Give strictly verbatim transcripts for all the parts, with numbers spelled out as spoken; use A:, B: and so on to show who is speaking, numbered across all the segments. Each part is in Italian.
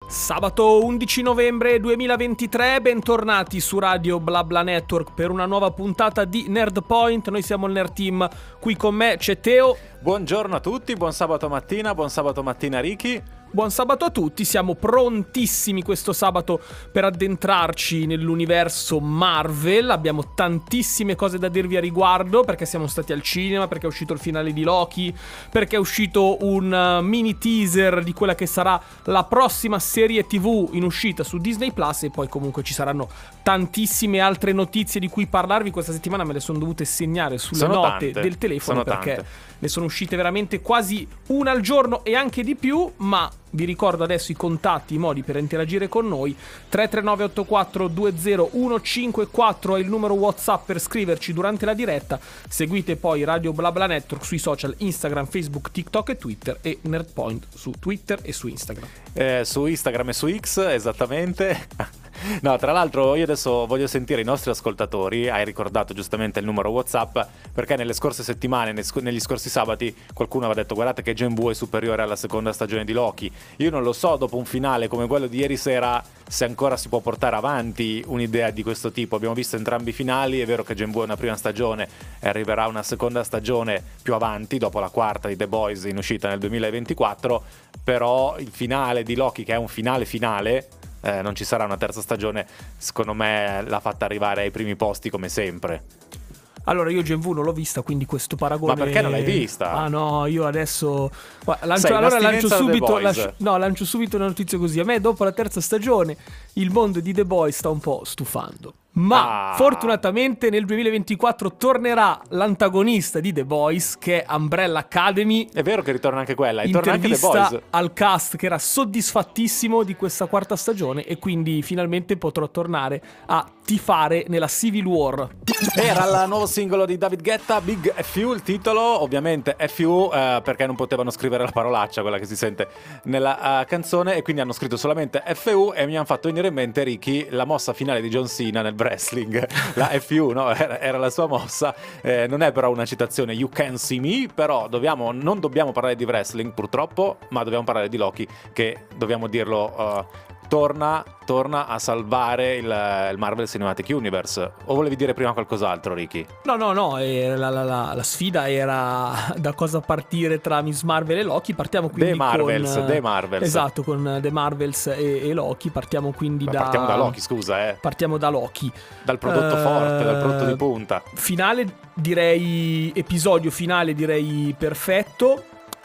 A: Sabato undici novembre duemilaventitré, bentornati su Radio BlaBla Network per una nuova puntata di Nerd Point. Noi siamo il Nerd Team, qui con me c'è Teo.
B: Buongiorno a tutti, buon sabato mattina, buon sabato mattina Ricky.
A: Buon sabato a tutti, siamo prontissimi questo sabato per addentrarci nell'universo Marvel. Abbiamo tantissime cose da dirvi a riguardo, perché siamo stati al cinema, perché è uscito il finale di Loki, perché è uscito un uh, mini teaser di quella che sarà la prossima serie tivù in uscita su Disney Plus, e poi comunque ci saranno tantissime altre notizie di cui parlarvi. Questa settimana me le sono dovute segnare sulle
B: sono
A: note
B: tante,
A: del telefono,
B: sono
A: perché
B: tante.
A: Ne sono uscite veramente quasi una al giorno e anche di più, ma vi ricordo adesso i contatti, i modi per interagire con noi. Tre tre nove otto quattro due zero uno cinque quattro è il numero WhatsApp per scriverci durante la diretta. Seguite poi Radio BlaBla Network sui social Instagram, Facebook, TikTok e Twitter, e Nerdpoint su Twitter e su Instagram.
B: Eh, su Instagram e su X, esattamente. No, tra l'altro io adesso voglio sentire i nostri ascoltatori. Hai ricordato giustamente il numero WhatsApp, perché nelle scorse settimane, negli scorsi sabati, qualcuno aveva detto: guardate che Gen V è superiore alla seconda stagione di Loki. Io non lo so, dopo un finale come quello di ieri sera, se ancora si può portare avanti un'idea di questo tipo. Abbiamo visto entrambi i finali, è vero che Gen V è una prima stagione e arriverà una seconda stagione più avanti, dopo la quarta di The Boys in uscita nel duemilaventiquattro, però il finale di Loki, che è un finale finale, Eh, non ci sarà una terza stagione, secondo me l'ha fatta arrivare ai primi posti come sempre.
A: Allora, io Gen V non l'ho vista, quindi questo paragone...
B: Ma perché non l'hai vista?
A: Ah no, io adesso... Lancio,
B: Sei
A: allora lancio subito,
B: The
A: lancio, no, lancio subito una notizia così. A me dopo la terza stagione il mondo di The Boys sta un po' stufando. Ma
B: ah.
A: fortunatamente nel duemilaventiquattro tornerà l'antagonista di The Boys, che è Umbrella Academy.
B: È vero che ritorna anche quella, e torna anche The
A: Intervista
B: Boys
A: al cast, che era soddisfattissimo di questa quarta stagione, e quindi finalmente potrò tornare a tifare nella Civil War.
B: Era il nuovo singolo di David Guetta, Big F U, il titolo, ovviamente F U, eh, perché non potevano scrivere la parolaccia, quella che si sente nella uh, canzone, e quindi hanno scritto solamente F U, e mi hanno fatto venire in mente, Ricky, la mossa finale di John Cena nel wrestling, la F U, no? Era, era la sua mossa, eh, non è però una citazione You Can See Me, però dobbiamo, non dobbiamo parlare di wrestling purtroppo, ma dobbiamo parlare di Loki, che dobbiamo dirlo... Uh, Torna, torna a salvare il, il Marvel Cinematic Universe. O volevi dire prima qualcos'altro, Ricky?
A: No, no, no, eh, la, la, la, la sfida era da cosa partire tra Miss Marvel e Loki. Partiamo quindi
B: The Marvels,
A: con...
B: The Marvels.
A: Esatto, con The Marvels e, e Loki. Partiamo quindi
B: Ma
A: da...
B: Partiamo da Loki, scusa, eh.
A: Partiamo da Loki.
B: Dal prodotto uh, forte, dal prodotto di punta.
A: Finale, direi, episodio finale, direi perfetto.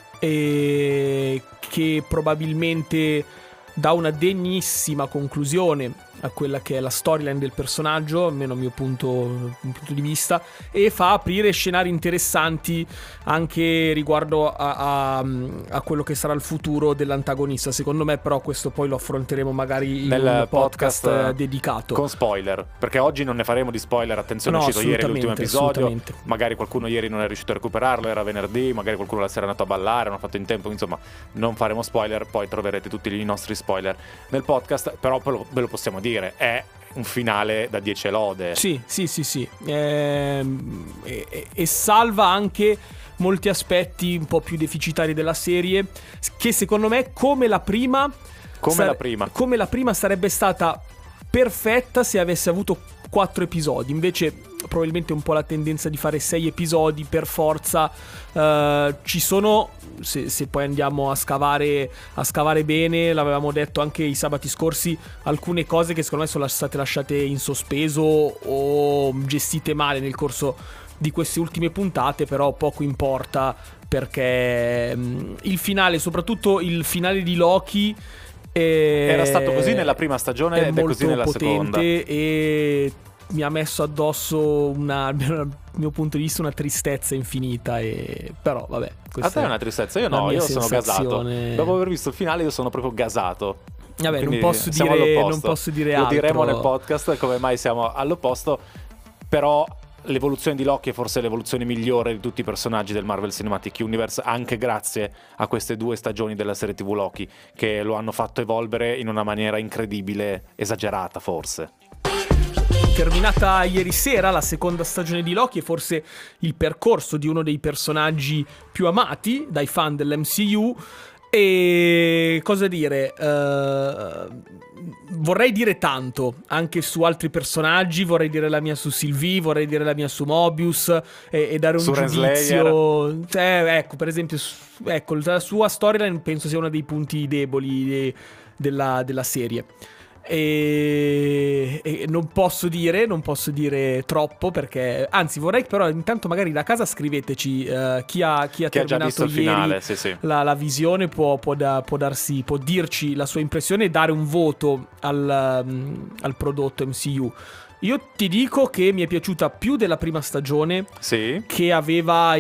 A: E che probabilmente... dà una degnissima conclusione a quella che è la storyline del personaggio, almeno a mio punto, punto di vista, e fa aprire scenari interessanti anche riguardo a, a, a quello che sarà il futuro dell'antagonista. Secondo me però questo poi lo affronteremo magari in
B: nel
A: un podcast,
B: podcast
A: dedicato
B: con spoiler, perché oggi non ne faremo di spoiler. Attenzione,
A: no,
B: è uscito ieri l'ultimo episodio, magari qualcuno ieri non è riuscito a recuperarlo, era venerdì, magari qualcuno la sera è andato a ballare, non ha fatto in tempo, insomma non faremo spoiler. Poi troverete tutti i nostri spoiler nel podcast, però ve lo possiamo dire, è un finale da dieci lode.
A: Sì, sì, sì, sì. E, e, e salva anche molti aspetti un po' più deficitari della serie, che secondo me, come la prima,
B: come
A: sare-
B: la prima,
A: come la prima sarebbe stata perfetta se avesse avuto quattro episodi. Invece probabilmente un po' la tendenza di fare sei episodi per forza. Uh, ci sono, se, se poi andiamo a scavare a scavare bene, l'avevamo detto anche i sabati scorsi, alcune cose che secondo me sono state lasciate in sospeso o gestite male nel corso di queste ultime puntate, però poco importa, perché mh, il finale, soprattutto il finale di Loki, è,
B: era stato così nella prima stagione
A: è
B: ed è così nella seconda,
A: e mi ha messo addosso una, dal mio punto di vista, una tristezza infinita. E però vabbè,
B: a te è una tristezza, io no, io sono gasato. Dopo aver visto il finale io sono proprio gasato.
A: Vabbè, non posso dire, non posso dire altro.
B: Lo diremo nel podcast come mai siamo all'opposto. Però l'evoluzione di Loki è forse l'evoluzione migliore di tutti i personaggi del Marvel Cinematic Universe, anche grazie a queste due stagioni della serie tivù Loki, che lo hanno fatto evolvere in una maniera incredibile, esagerata forse.
A: Terminata ieri sera la seconda stagione di Loki, e forse il percorso di uno dei personaggi più amati dai fan dell'M C U, E cosa dire? Uh, vorrei dire tanto anche su altri personaggi. Vorrei dire la mia su Sylvie, vorrei dire la mia su Mobius, e, e dare un
B: su
A: giudizio. Cioè, ecco, per esempio, ecco, la sua storyline penso sia uno dei punti deboli de, della, della serie. E, e non posso dire non posso dire troppo, perché anzi vorrei, però intanto magari da casa scriveteci uh, chi ha, chi ha
B: chi
A: terminato
B: ha già visto il
A: ieri
B: finale, sì, sì.
A: La, la visione può, può, da, può darsi può dirci la sua impressione e dare un voto al, um, al prodotto M C U. Io ti dico che mi è piaciuta più della prima stagione,
B: sì,
A: che aveva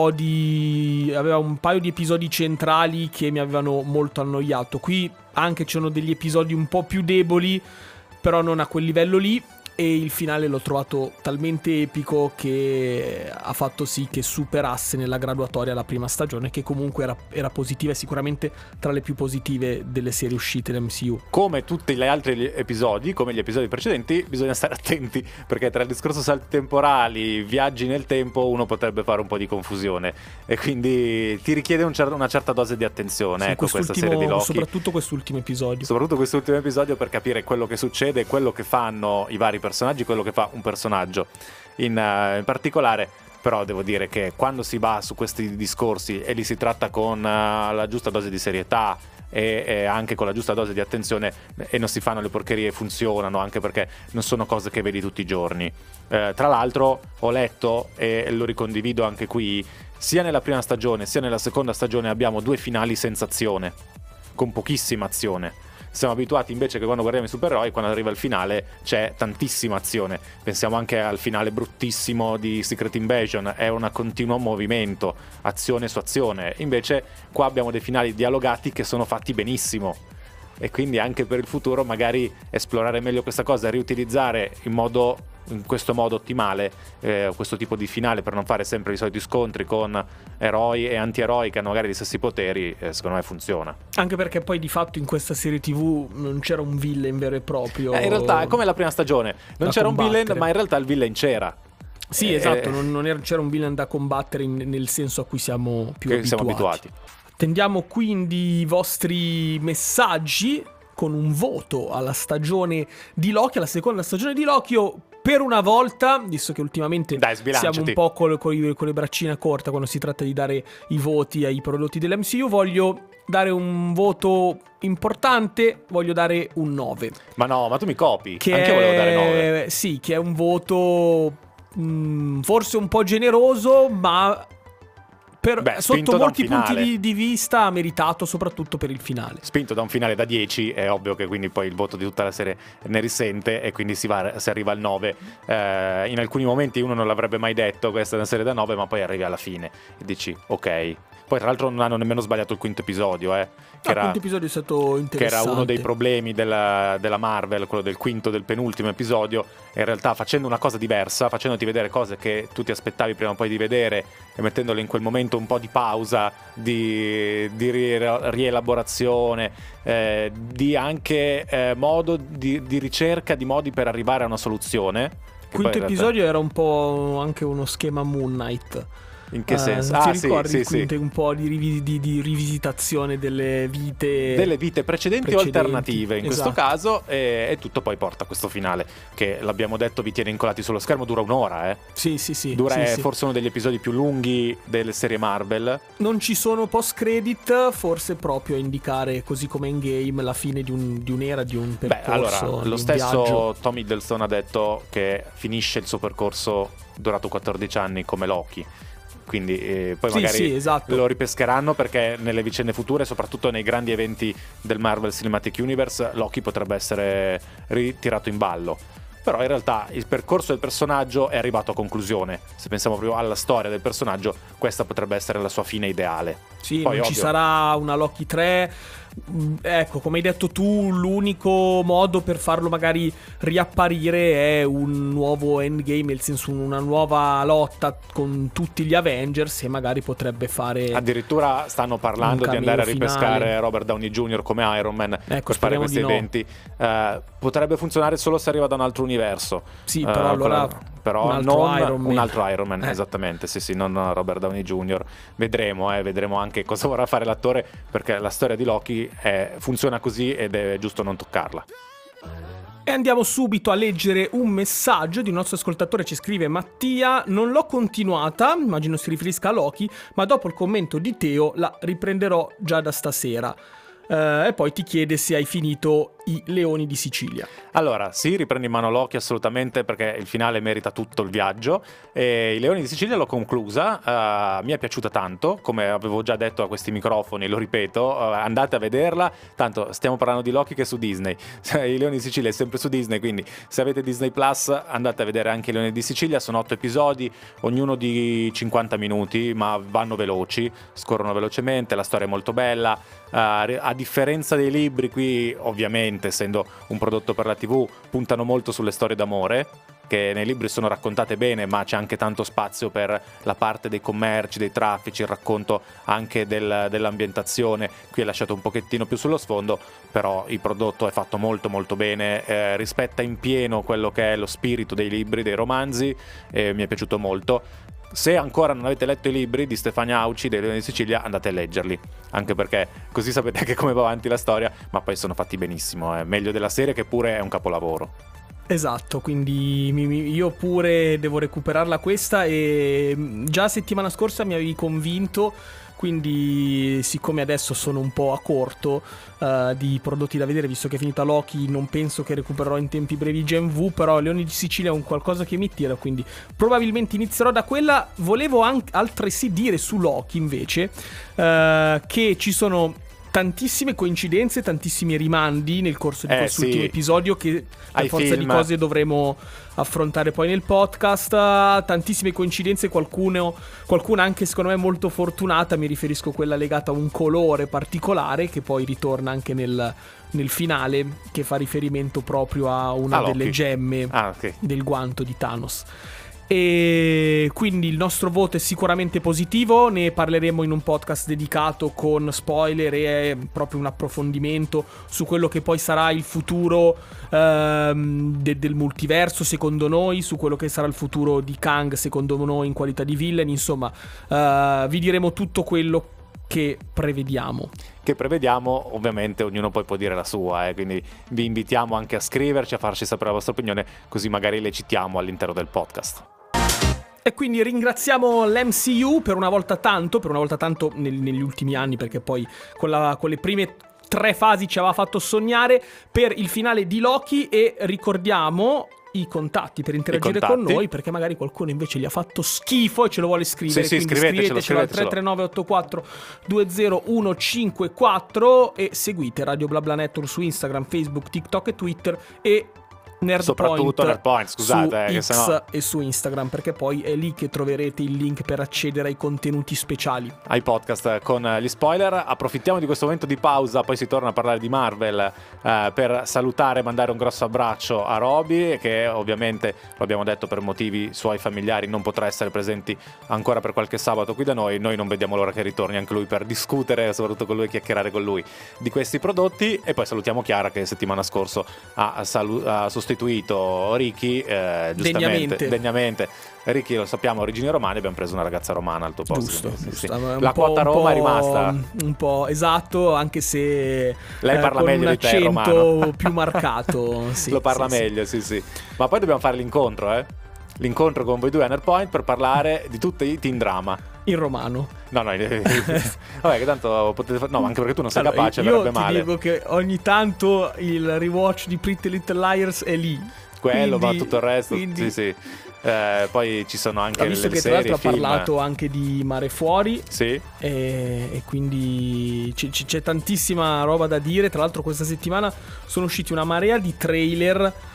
A: episodi, aveva un paio di episodi centrali che mi avevano molto annoiato. Qui anche ci sono degli episodi un po' più deboli, però non a quel livello lì. E il finale l'ho trovato talmente epico che ha fatto sì che superasse nella graduatoria la prima stagione, che comunque era, era positiva e sicuramente tra le più positive delle serie uscite dell'M C U.
B: Come tutti gli altri episodi, come gli episodi precedenti, bisogna stare attenti, perché tra il discorso salti temporali, viaggi nel tempo, uno potrebbe fare un po' di confusione, e quindi ti richiede un cer- una certa dose di attenzione, sì, ecco, questa serie di Loki.
A: Soprattutto quest'ultimo episodio.
B: Soprattutto quest'ultimo episodio, per capire quello che succede, quello che fanno i vari personaggi, quello che fa un personaggio in, uh, in particolare. Però devo dire che quando si va su questi discorsi e li si tratta con uh, la giusta dose di serietà e, e anche con la giusta dose di attenzione, e non si fanno le porcherie, funzionano, anche perché non sono cose che vedi tutti i giorni. Eh, tra l'altro ho letto, e lo ricondivido anche qui, sia nella prima stagione sia nella seconda stagione abbiamo due finali senza azione, con pochissima azione. Siamo abituati invece che quando guardiamo i supereroi, quando arriva il finale c'è tantissima azione. Pensiamo anche al finale bruttissimo di Secret Invasion, è un continuo movimento, azione su azione. Invece qua abbiamo dei finali dialogati che sono fatti benissimo, e quindi anche per il futuro magari esplorare meglio questa cosa, riutilizzare in modo in questo modo ottimale eh, questo tipo di finale, per non fare sempre i soliti scontri con eroi e antieroi che hanno magari gli stessi poteri, eh, secondo me funziona.
A: Anche perché poi di fatto in questa serie tv non c'era un villain vero e proprio.
B: Eh, in realtà è come la prima stagione, non c'era
A: combattere.
B: un villain, ma in realtà il villain c'era.
A: Sì, eh, esatto, non, non era, c'era un villain da combattere in, nel senso a cui siamo più
B: che
A: abituati.
B: siamo abituati.
A: Attendiamo quindi i vostri messaggi con un voto alla stagione di Loki, alla seconda stagione di Loki. Io per una volta, visto che ultimamente
B: Dai,
A: siamo un po' con, con, con le braccine corte quando si tratta di dare i voti ai prodotti dell'M C U, voglio dare un voto importante, voglio dare un nove.
B: Ma no, ma tu mi copi,
A: che
B: anche io volevo dare nove.
A: Sì, che è un voto mh, forse un po' generoso, ma per,
B: Beh,
A: sotto molti punti
B: finale.
A: di, di vista ha meritato, soprattutto per il finale.
B: Spinto da un finale da dieci, è ovvio che quindi poi il voto di tutta la serie ne risente, e quindi si, va, si arriva al nove. Eh, in alcuni momenti uno non l'avrebbe mai detto, questa è una serie da nove, ma poi arrivi alla fine e dici ok. Poi tra l'altro non hanno nemmeno sbagliato il quinto episodio, eh, che,
A: ah,
B: era,
A: il quinto episodio è stato interessante.
B: che era uno dei problemi della, della Marvel, quello del quinto, del penultimo episodio. In realtà facendo una cosa diversa, facendoti vedere cose che tu ti aspettavi prima o poi di vedere, e mettendole in quel momento un po' di pausa, di, di rielaborazione, eh, di anche eh, modo di, di ricerca di modi per arrivare a una soluzione.
A: Il quinto episodio era un po' anche uno schema Moon Knight.
B: In che
A: uh,
B: senso?
A: Ah, ti
B: sì,
A: ricordi
B: sì,
A: il quinto,
B: sì.
A: un po' di, rivi- di, di rivisitazione delle vite
B: delle vite precedenti,
A: precedenti.
B: o alternative in
A: Esatto.
B: questo caso, e, e tutto poi porta a questo finale che, l'abbiamo detto, vi tiene incollati sullo schermo. Dura un'ora, eh.
A: Sì, sì, sì.
B: Dura
A: sì,
B: è
A: sì.
B: forse uno degli episodi più lunghi delle serie Marvel.
A: Non ci sono post credit, forse proprio a indicare, così come in game, la fine di, un, di un'era, di un percorso.
B: Beh, allora,
A: di
B: lo
A: un
B: stesso
A: viaggio.
B: Tom Hiddleston ha detto che finisce il suo percorso durato quattordici anni come Loki. Quindi eh, poi
A: Sì,
B: magari
A: sì, esatto.
B: lo ripescheranno, perché nelle vicende future, soprattutto nei grandi eventi del Marvel Cinematic Universe, Loki potrebbe essere ritirato in ballo. Però in realtà il percorso del personaggio è arrivato a conclusione. Se pensiamo proprio alla storia del personaggio, questa potrebbe essere la sua fine ideale.
A: Sì,
B: Poi,
A: non ci
B: ovvio,
A: sarà una Loki tre, ecco, come hai detto tu, l'unico modo per farlo magari riapparire è un nuovo endgame, nel senso una nuova lotta con tutti gli Avengers, e magari potrebbe fare,
B: addirittura stanno parlando di andare a ripescare
A: finale.
B: Robert Downey junior come Iron Man,
A: ecco,
B: per fare questi
A: no.
B: eventi. Uh, potrebbe funzionare solo se arriva da un altro universo.
A: Sì, però uh, allora
B: quella, però
A: un altro
B: non
A: Iron Man.
B: un altro Iron Man,
A: eh.
B: esattamente, sì sì, non Robert Downey junior Vedremo, eh, vedremo anche cosa vorrà fare l'attore, perché la storia di Loki è, funziona così ed è giusto non toccarla.
A: E andiamo subito a leggere un messaggio di un nostro ascoltatore. Ci scrive Mattia: non l'ho continuata, immagino si riferisca a Loki, ma dopo il commento di Teo la riprenderò già da stasera. Uh, e poi ti chiede se hai finito I Leoni di Sicilia.
B: Allora, sì, riprendi in mano Loki assolutamente, perché il finale merita tutto il viaggio. E I Leoni di Sicilia l'ho conclusa, uh, mi è piaciuta tanto, come avevo già detto a questi microfoni, lo ripeto, uh, andate a vederla, tanto stiamo parlando di Loki che è su Disney. I Leoni di Sicilia è sempre su Disney, quindi se avete Disney Plus andate a vedere anche I Leoni di Sicilia. Sono otto episodi, ognuno di cinquanta minuti, ma vanno veloci, scorrono velocemente, la storia è molto bella. Uh, a differenza dei libri, qui ovviamente, essendo un prodotto per la tivù, puntano molto sulle storie d'amore, che nei libri sono raccontate bene, ma c'è anche tanto spazio per la parte dei commerci, dei traffici, il racconto anche del, dell'ambientazione. Qui è lasciato un pochettino più sullo sfondo, però il prodotto è fatto molto molto bene, eh, rispetta in pieno quello che è lo spirito dei libri, dei romanzi, e mi è piaciuto molto. Se ancora non avete letto i libri di Stefania Auci dei Leoni di Sicilia, andate a leggerli, anche perché così sapete anche come va avanti la storia, ma poi sono fatti benissimo, è meglio della serie, che pure è un capolavoro.
A: Esatto, quindi io pure devo recuperarla questa, e già settimana scorsa mi avevi convinto, quindi siccome adesso sono un po' a corto uh, di prodotti da vedere, visto che è finita Loki, non penso che recupererò in tempi brevi Gen V, però Leoni di Sicilia è un qualcosa che mi tira, quindi probabilmente inizierò da quella. Volevo anche altresì dire su Loki invece uh, che ci sono tantissime coincidenze, tantissimi rimandi nel corso di
B: eh,
A: quest'ultimo
B: sì.
A: episodio, che per
B: Ai
A: forza
B: film.
A: di cose dovremo affrontare poi nel podcast. Tantissime coincidenze, qualcuno, qualcuna anche secondo me molto fortunata. Mi riferisco a quella legata a un colore particolare che poi ritorna anche nel, nel finale, che fa riferimento proprio a una
B: ah,
A: delle gemme
B: ah, okay.
A: del guanto di Thanos. E quindi il nostro voto è sicuramente positivo, ne parleremo in un podcast dedicato con spoiler e proprio un approfondimento su quello che poi sarà il futuro ehm, de- del multiverso secondo noi, su quello che sarà il futuro di Kang secondo noi in qualità di villain. Insomma, eh, vi diremo tutto quello che prevediamo.
B: Che prevediamo, ovviamente ognuno poi può dire la sua, eh, quindi vi invitiamo anche a scriverci, a farci sapere la vostra opinione, così magari le citiamo all'interno del podcast.
A: E quindi ringraziamo l'M C U per una volta tanto, per una volta tanto nel, negli ultimi anni, perché poi con, la, con le prime tre fasi ci aveva fatto sognare, per il finale di Loki. E ricordiamo i contatti per interagire con noi, perché magari qualcuno invece gli ha fatto schifo e ce lo vuole scrivere.
B: Sì, sì,
A: quindi
B: scrivetecelo,
A: scrivetecelo al tre tre nove otto quattro due zero uno cinque quattro e seguite Radio BlaBla Network su Instagram, Facebook, TikTok e Twitter, e Nerd
B: soprattutto Nerd Point, scusate,
A: su
B: eh,
A: X
B: che sennò...
A: e su Instagram, perché poi è lì che troverete il link per accedere ai contenuti speciali,
B: ai podcast con gli spoiler. Approfittiamo di questo momento di pausa, poi si torna a parlare di Marvel, eh, per salutare e mandare un grosso abbraccio a Roby, che ovviamente, lo abbiamo detto, per motivi suoi familiari non potrà essere presenti ancora per qualche sabato qui da noi. Noi non vediamo l'ora che ritorni anche lui per discutere, soprattutto con lui, chiacchierare con lui di questi prodotti. E poi salutiamo Chiara, che settimana scorsa ha, salu- ha sostituito Ricky, eh, giustamente,
A: degnamente.
B: degnamente. Ricky, lo sappiamo, origini romane, abbiamo preso una ragazza romana al tuo posto.
A: Giusto,
B: sì,
A: giusto.
B: sì.
A: Un
B: La
A: po',
B: quota Roma è rimasta.
A: Un po' esatto, anche se
B: lei
A: eh,
B: parla
A: con
B: meglio
A: un
B: di te,
A: accento
B: romano.
A: più marcato. Sì,
B: lo parla
A: sì,
B: meglio, sì. sì, sì. Ma poi dobbiamo fare l'incontro, eh? L'incontro con voi due a Nerd Point per parlare di tutti i teen drama.
A: In romano.
B: No, no, vabbè, che tanto potete fare. No, anche perché tu non sei
A: allora,
B: capace,
A: io
B: verrebbe
A: ti
B: male.
A: dico che ogni tanto il rewatch di Pretty Little Liars è lì.
B: Quello,
A: quindi,
B: ma tutto il resto,
A: quindi...
B: sì, sì. Eh, poi ci sono anche
A: ho visto
B: le
A: che
B: serie,
A: tra l'altro
B: film.
A: ha parlato anche di Mare Fuori,
B: sì.
A: e, e quindi c- c- c'è tantissima roba da dire. Tra l'altro questa settimana sono usciti una marea di trailer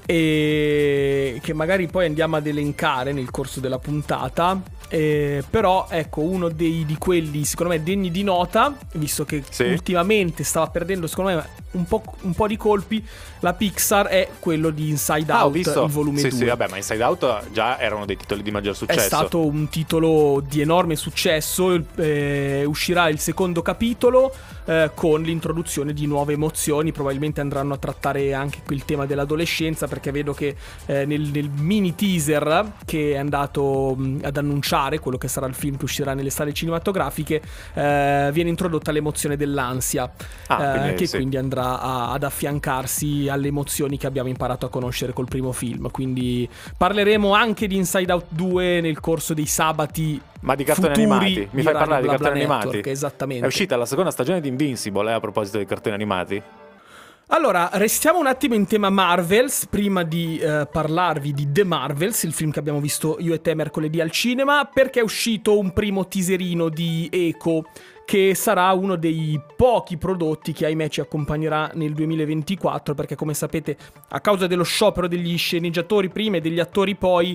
A: e che magari poi andiamo ad elencare nel corso della puntata. Eh, però ecco, uno dei, di quelli secondo me degni di nota, visto che sì. ultimamente stava perdendo secondo me un po', un po' di colpi la Pixar, è quello di Inside
B: ah,
A: Out,
B: il
A: volume
B: sì,
A: due.
B: Sì, vabbè, ma Inside Out già era uno dei titoli di maggior successo.
A: È stato un titolo di enorme successo. eh, Uscirà il secondo capitolo eh, con l'introduzione di nuove emozioni. Probabilmente andranno a trattare anche il tema dell'adolescenza, perché vedo che eh, nel, nel mini teaser che è andato mh, ad annunciare quello che sarà il film che uscirà nelle sale cinematografiche, eh, viene introdotta l'emozione dell'ansia,
B: ah,
A: eh,
B: quindi,
A: che
B: sì.
A: quindi andrà a, ad affiancarsi alle emozioni che abbiamo imparato a conoscere col primo film. Quindi parleremo anche di Inside Out due nel corso dei sabati.
B: Ma di cartoni animati? Mi fai parlare di cartoni
A: Network,
B: animati?
A: Esattamente.
B: È uscita la seconda stagione di Invincible, eh, a proposito di cartoni animati.
A: Allora, restiamo un attimo in tema Marvels prima di eh, parlarvi di The Marvels, il film che abbiamo visto io e te mercoledì al cinema, perché è uscito un primo teaserino di Echo, che sarà uno dei pochi prodotti che ahimè ci accompagnerà nel duemilaventiquattro, perché come sapete, a causa dello sciopero degli sceneggiatori prima e degli attori poi,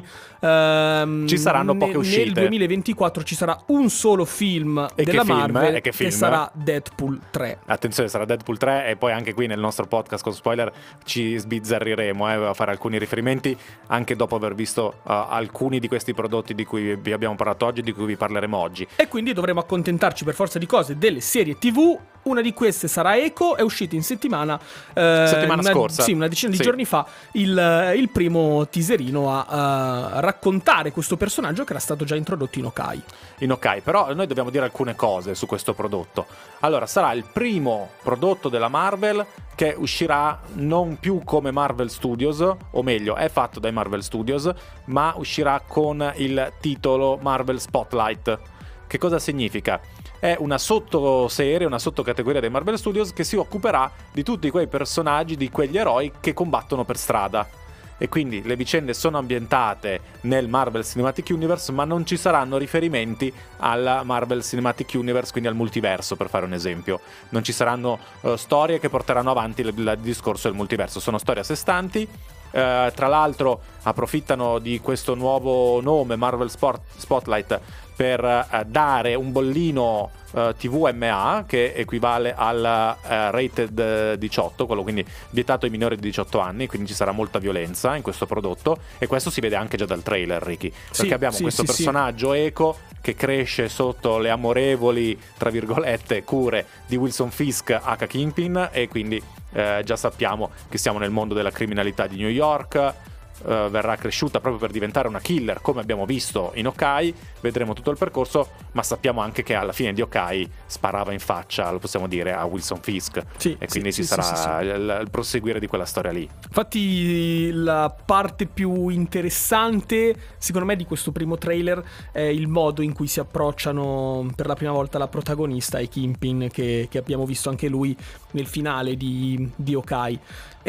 A: ehm,
B: ci saranno
A: ne-
B: poche uscite.
A: Nel duemilaventiquattro ci sarà un solo film
B: e
A: della
B: che film?
A: Marvel,
B: e che, film?
A: che sarà Deadpool tre.
B: Attenzione, sarà Deadpool tre, e poi anche qui nel nostro podcast con spoiler ci sbizzarriremo eh, a fare alcuni riferimenti anche dopo aver visto uh, alcuni di questi prodotti di cui vi abbiamo parlato oggi, di cui vi parleremo oggi.
A: E quindi dovremo accontentarci per forza di cose delle serie tivù. Una di queste sarà Echo, è uscito in settimana
B: eh, settimana
A: una,
B: scorsa
A: sì, una decina di
B: sì.
A: giorni fa il, il primo teaserino a, a raccontare questo personaggio che era stato già introdotto in Hawkeye.
B: In Hawkeye, però noi dobbiamo dire alcune cose su questo prodotto. Allora, sarà il primo prodotto della Marvel che uscirà non più come Marvel Studios, o meglio, è fatto dai Marvel Studios, ma uscirà con il titolo Marvel Spotlight. Che cosa significa? È una sottoserie, una sottocategoria dei Marvel Studios che si occuperà di tutti quei personaggi, di quegli eroi che combattono per strada. E quindi le vicende sono ambientate nel Marvel Cinematic Universe, ma non ci saranno riferimenti alla Marvel Cinematic Universe, quindi al multiverso, per fare un esempio. Non ci saranno uh, storie che porteranno avanti il, il discorso del multiverso, sono storie a sé stanti. Uh, tra l'altro approfittano di questo nuovo nome Marvel Sport, Spotlight per uh, dare un bollino uh, T V M A che equivale al uh, rated diciotto, quello quindi vietato ai minori di diciotto anni, quindi ci sarà molta violenza in questo prodotto, e questo si vede anche già dal trailer, Ricky, perché
A: sì,
B: abbiamo
A: sì,
B: questo
A: sì,
B: personaggio sì. Echo che cresce sotto le amorevoli, tra virgolette, cure di Wilson Fisk aka Kingpin, e quindi eh, già sappiamo che siamo nel mondo della criminalità di New York. Uh, verrà cresciuta proprio per diventare una killer, come abbiamo visto in Hawkeye. Vedremo tutto il percorso, ma sappiamo anche che alla fine di Hawkeye sparava in faccia, lo possiamo dire, a Wilson Fisk,
A: sì,
B: e quindi
A: sì,
B: ci
A: sì,
B: sarà
A: sì, sì.
B: Il, il proseguire di quella storia lì.
A: Infatti la parte più interessante secondo me di questo primo trailer è il modo in cui si approcciano per la prima volta la protagonista e Kingpin, che, che abbiamo visto anche lui nel finale di, di Hawkeye.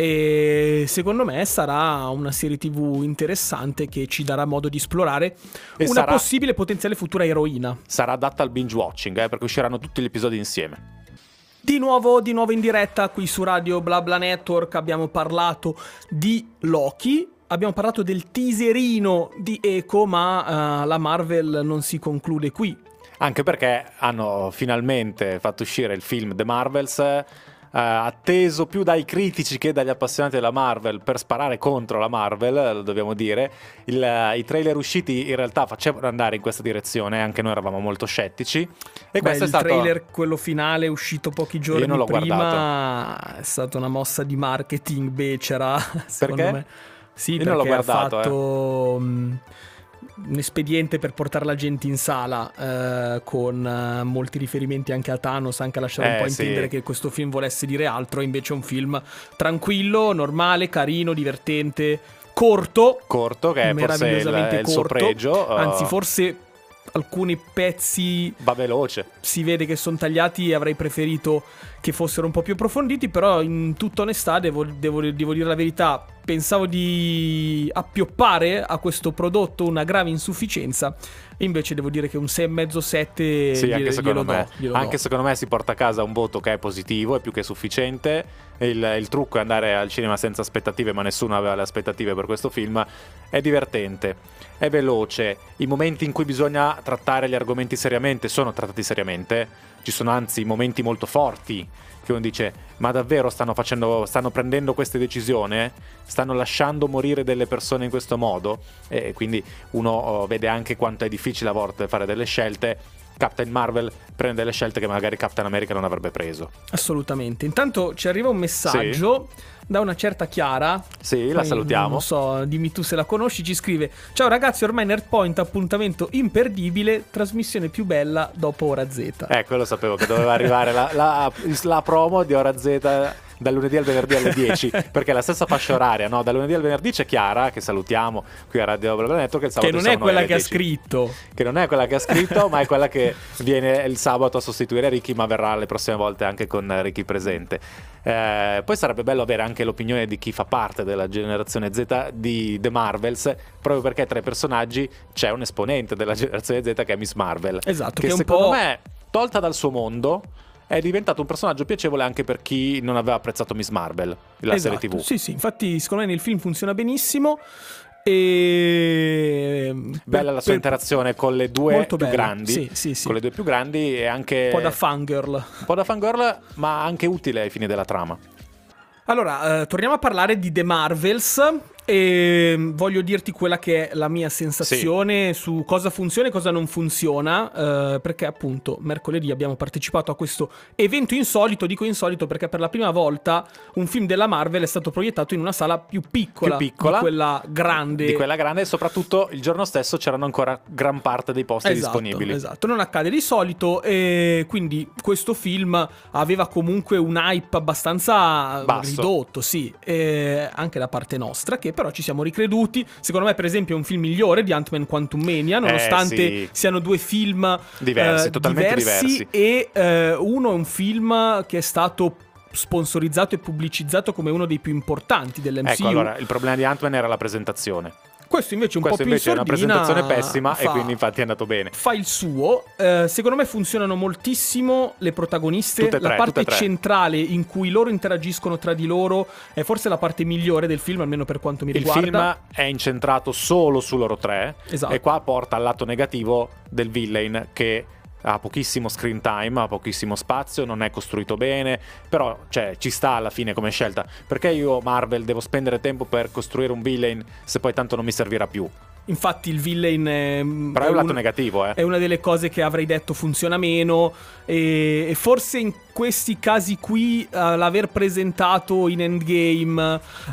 A: E secondo me sarà una serie tivù interessante che ci darà modo di esplorare
B: e
A: una
B: sarà,
A: possibile potenziale futura eroina.
B: Sarà adatta al binge watching, eh, perché usciranno tutti gli episodi insieme.
A: Di nuovo, di nuovo in diretta qui su Radio BlaBla Network abbiamo parlato di Loki. Abbiamo parlato del teaserino di Echo, ma uh, la Marvel non si conclude qui.
B: Anche perché hanno finalmente fatto uscire il film The Marvels, Uh, atteso più dai critici che dagli appassionati della Marvel, per sparare contro la Marvel, lo dobbiamo dire. Il, uh, i trailer usciti in realtà facevano andare in questa direzione, anche noi eravamo molto scettici. E
A: Beh,
B: questo
A: il
B: è stato...
A: trailer, quello finale, uscito pochi giorni
B: Io non l'ho
A: prima,
B: guardato.
A: È stata una mossa di marketing becera, secondo
B: perché?
A: me. Sì,
B: Io
A: perché
B: non l'ho guardato,
A: ha fatto
B: eh.
A: um, un espediente per portare la gente in sala, eh, con uh, molti riferimenti anche a Thanos, anche a lasciare
B: eh,
A: un po'
B: sì.
A: intendere che questo film volesse dire altro. Invece è un film tranquillo, normale, carino, divertente, corto,
B: corto, che è forse il, il suo pregio, uh...
A: anzi forse alcuni pezzi
B: va veloce,
A: si vede che sono tagliati, e avrei preferito che fossero un po' più approfonditi, però in tutta onestà devo, devo, devo dire la verità, pensavo di appioppare a questo prodotto una grave insufficienza, e invece devo dire che un sei e mezzo sette
B: sì,
A: gli,
B: anche secondo
A: glielo
B: me
A: do, glielo
B: anche
A: do.
B: secondo me si porta a casa un voto che è positivo, è più che sufficiente. Il, il trucco è andare al cinema senza aspettative, ma nessuno aveva le aspettative per questo film. È divertente, è veloce, i momenti in cui bisogna trattare gli argomenti seriamente sono trattati seriamente, ci sono anzi momenti molto forti che uno dice: ma davvero stanno facendo, stanno prendendo queste decisioni? Stanno lasciando morire delle persone in questo modo? E quindi uno oh, vede anche quanto è difficile a volte fare delle scelte. Captain Marvel prende delle scelte che magari Captain America non avrebbe preso.
A: Assolutamente. Intanto ci arriva un messaggio sì. da una certa Chiara.
B: Sì, la salutiamo.
A: Non so, dimmi tu se la conosci. Ci scrive: ciao ragazzi, ormai Nerdpoint, appuntamento imperdibile, trasmissione più bella dopo Ora Z.
B: Ecco, lo sapevo che doveva arrivare la, la, la promo di Ora Z dal lunedì al venerdì alle dieci, perché è la stessa fascia oraria, no? Dal lunedì al venerdì c'è Chiara, che salutiamo qui a Radio Bla Bla Network, che il sabato
A: che non è quella che ha
B: dieci.
A: scritto
B: Che non è quella che ha scritto, ma è quella che viene il sabato a sostituire Ricky, ma verrà le prossime volte anche con Ricky presente. Eh, poi sarebbe bello avere anche l'opinione di chi fa parte della generazione Z di The Marvels, proprio perché tra i personaggi c'è un esponente della generazione Z che è Miss Marvel.
A: Esatto,
B: che,
A: che è un
B: secondo
A: po'...
B: me, tolta dal suo mondo, è diventato un personaggio piacevole anche per chi non aveva apprezzato Miss Marvel, la
A: esatto,
B: serie tivù.
A: Sì, sì, infatti secondo me nel film funziona benissimo. E
B: bella la sua
A: per...
B: interazione con le due
A: molto
B: più
A: bella.
B: grandi,
A: sì, sì, sì.
B: con le due più grandi, e anche
A: un po' da fangirl,
B: un po' da fangirl, ma anche utile ai fini della trama.
A: Allora, eh, torniamo a parlare di The Marvels. E voglio dirti quella che è la mia sensazione sì. su cosa funziona e cosa non funziona, eh, perché appunto mercoledì abbiamo partecipato a questo evento insolito. Dico insolito perché per la prima volta un film della Marvel è stato proiettato in una sala più piccola,
B: più piccola
A: di quella grande
B: di quella grande e soprattutto il giorno stesso c'erano ancora gran parte dei posti
A: esatto,
B: disponibili.
A: Esatto, non accade di solito, e quindi questo film aveva comunque un hype abbastanza
B: basso,
A: ridotto, sì, e anche da parte nostra, che però ci siamo ricreduti. Secondo me per esempio è un film migliore di Ant-Man Quantumania, nonostante
B: eh, sì.
A: siano due film
B: diversi,
A: eh,
B: totalmente
A: diversi,
B: diversi.
A: E eh, uno è un film che è stato sponsorizzato e pubblicizzato come uno dei più importanti dell'M C U.
B: Ecco, allora, il problema di Ant-Man era la presentazione.
A: Questo invece un
B: Questo
A: po' più
B: invece
A: in sordina,
B: è una presentazione pessima
A: fa,
B: e quindi infatti è andato bene.
A: Fa il suo. Eh, secondo me funzionano moltissimo le protagoniste.
B: Tutte e tre,
A: la parte
B: tutte e tre.
A: centrale in cui loro interagiscono tra di loro è forse la parte migliore del film, almeno per quanto mi
B: il
A: riguarda.
B: Il film è incentrato solo su loro tre,
A: esatto.
B: E qua porta al lato negativo del villain, che ha pochissimo screen time, ha pochissimo spazio, non è costruito bene, però cioè, ci sta alla fine come scelta. Perché io, Marvel, devo spendere tempo per costruire un villain se poi tanto non mi servirà più?
A: Infatti il villain è,
B: però è un lato
A: un,
B: negativo, eh.
A: È una delle cose che avrei detto funziona meno, e, e forse in questi casi qui uh, l'aver presentato in Endgame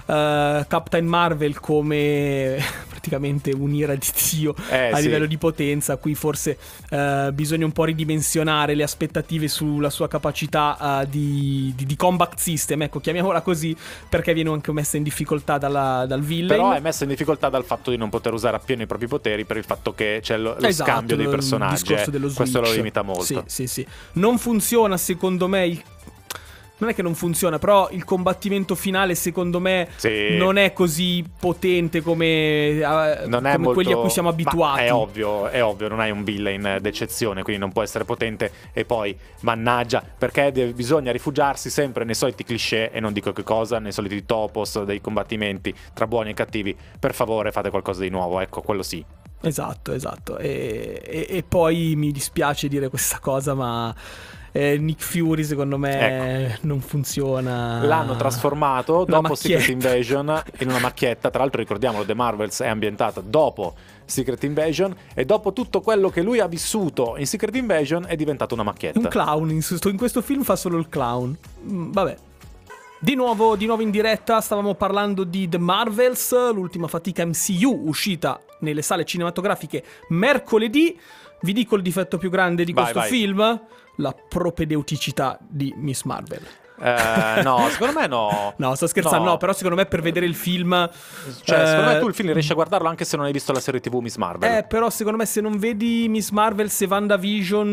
A: uh, Captain Marvel come praticamente un'ira di Dio
B: eh,
A: a
B: sì.
A: livello di potenza, qui forse uh, bisogna un po' ridimensionare le aspettative sulla sua capacità uh, di, di, di combat system, ecco, chiamiamola così, perché viene anche messa in difficoltà dalla, dal villain.
B: Però è messa in difficoltà dal fatto di non poter usare appieno i propri poteri, per il fatto che c'è lo, lo
A: esatto,
B: scambio dei personaggi, eh. Questo lo limita molto.
A: Sì, sì, sì. Non funziona secondo me il... non è che non funziona, però il combattimento finale secondo me
B: sì.
A: non è così potente come, uh,
B: non
A: come
B: è molto...
A: quelli a cui siamo abituati.
B: Ma è ovvio, è ovvio, non hai un villain d'eccezione, quindi non può essere potente. E poi, mannaggia, perché deve, bisogna rifugiarsi sempre nei soliti cliché, e non dico che cosa, nei soliti topos dei combattimenti tra buoni e cattivi. Per favore, fate qualcosa di nuovo, ecco, quello sì.
A: Esatto, esatto. E, e, e poi mi dispiace dire questa cosa, ma eh, Nick Fury secondo me ecco. non funziona.
B: L'hanno trasformato
A: una
B: dopo
A: macchietta.
B: Secret Invasion in una macchietta. Tra l'altro ricordiamolo, The Marvels è ambientata dopo Secret Invasion, e dopo tutto quello che lui ha vissuto in Secret Invasion è diventato una macchietta.
A: Un clown, in, in questo film fa solo il clown. Mm, vabbè. Di nuovo, di nuovo in diretta, stavamo parlando di The Marvels, l'ultima fatica M C U uscita nelle sale cinematografiche mercoledì. Vi dico il difetto più grande di
B: vai,
A: questo
B: vai.
A: film: la propedeuticità di Miss Marvel.
B: Eh, no, secondo me no.
A: No, sto scherzando, no. no, però secondo me per vedere il film,
B: cioè
A: eh,
B: secondo me tu il film riesci a guardarlo anche se non hai visto la serie tivù Miss Marvel.
A: Eh, però secondo me se non vedi Miss Marvel, se WandaVision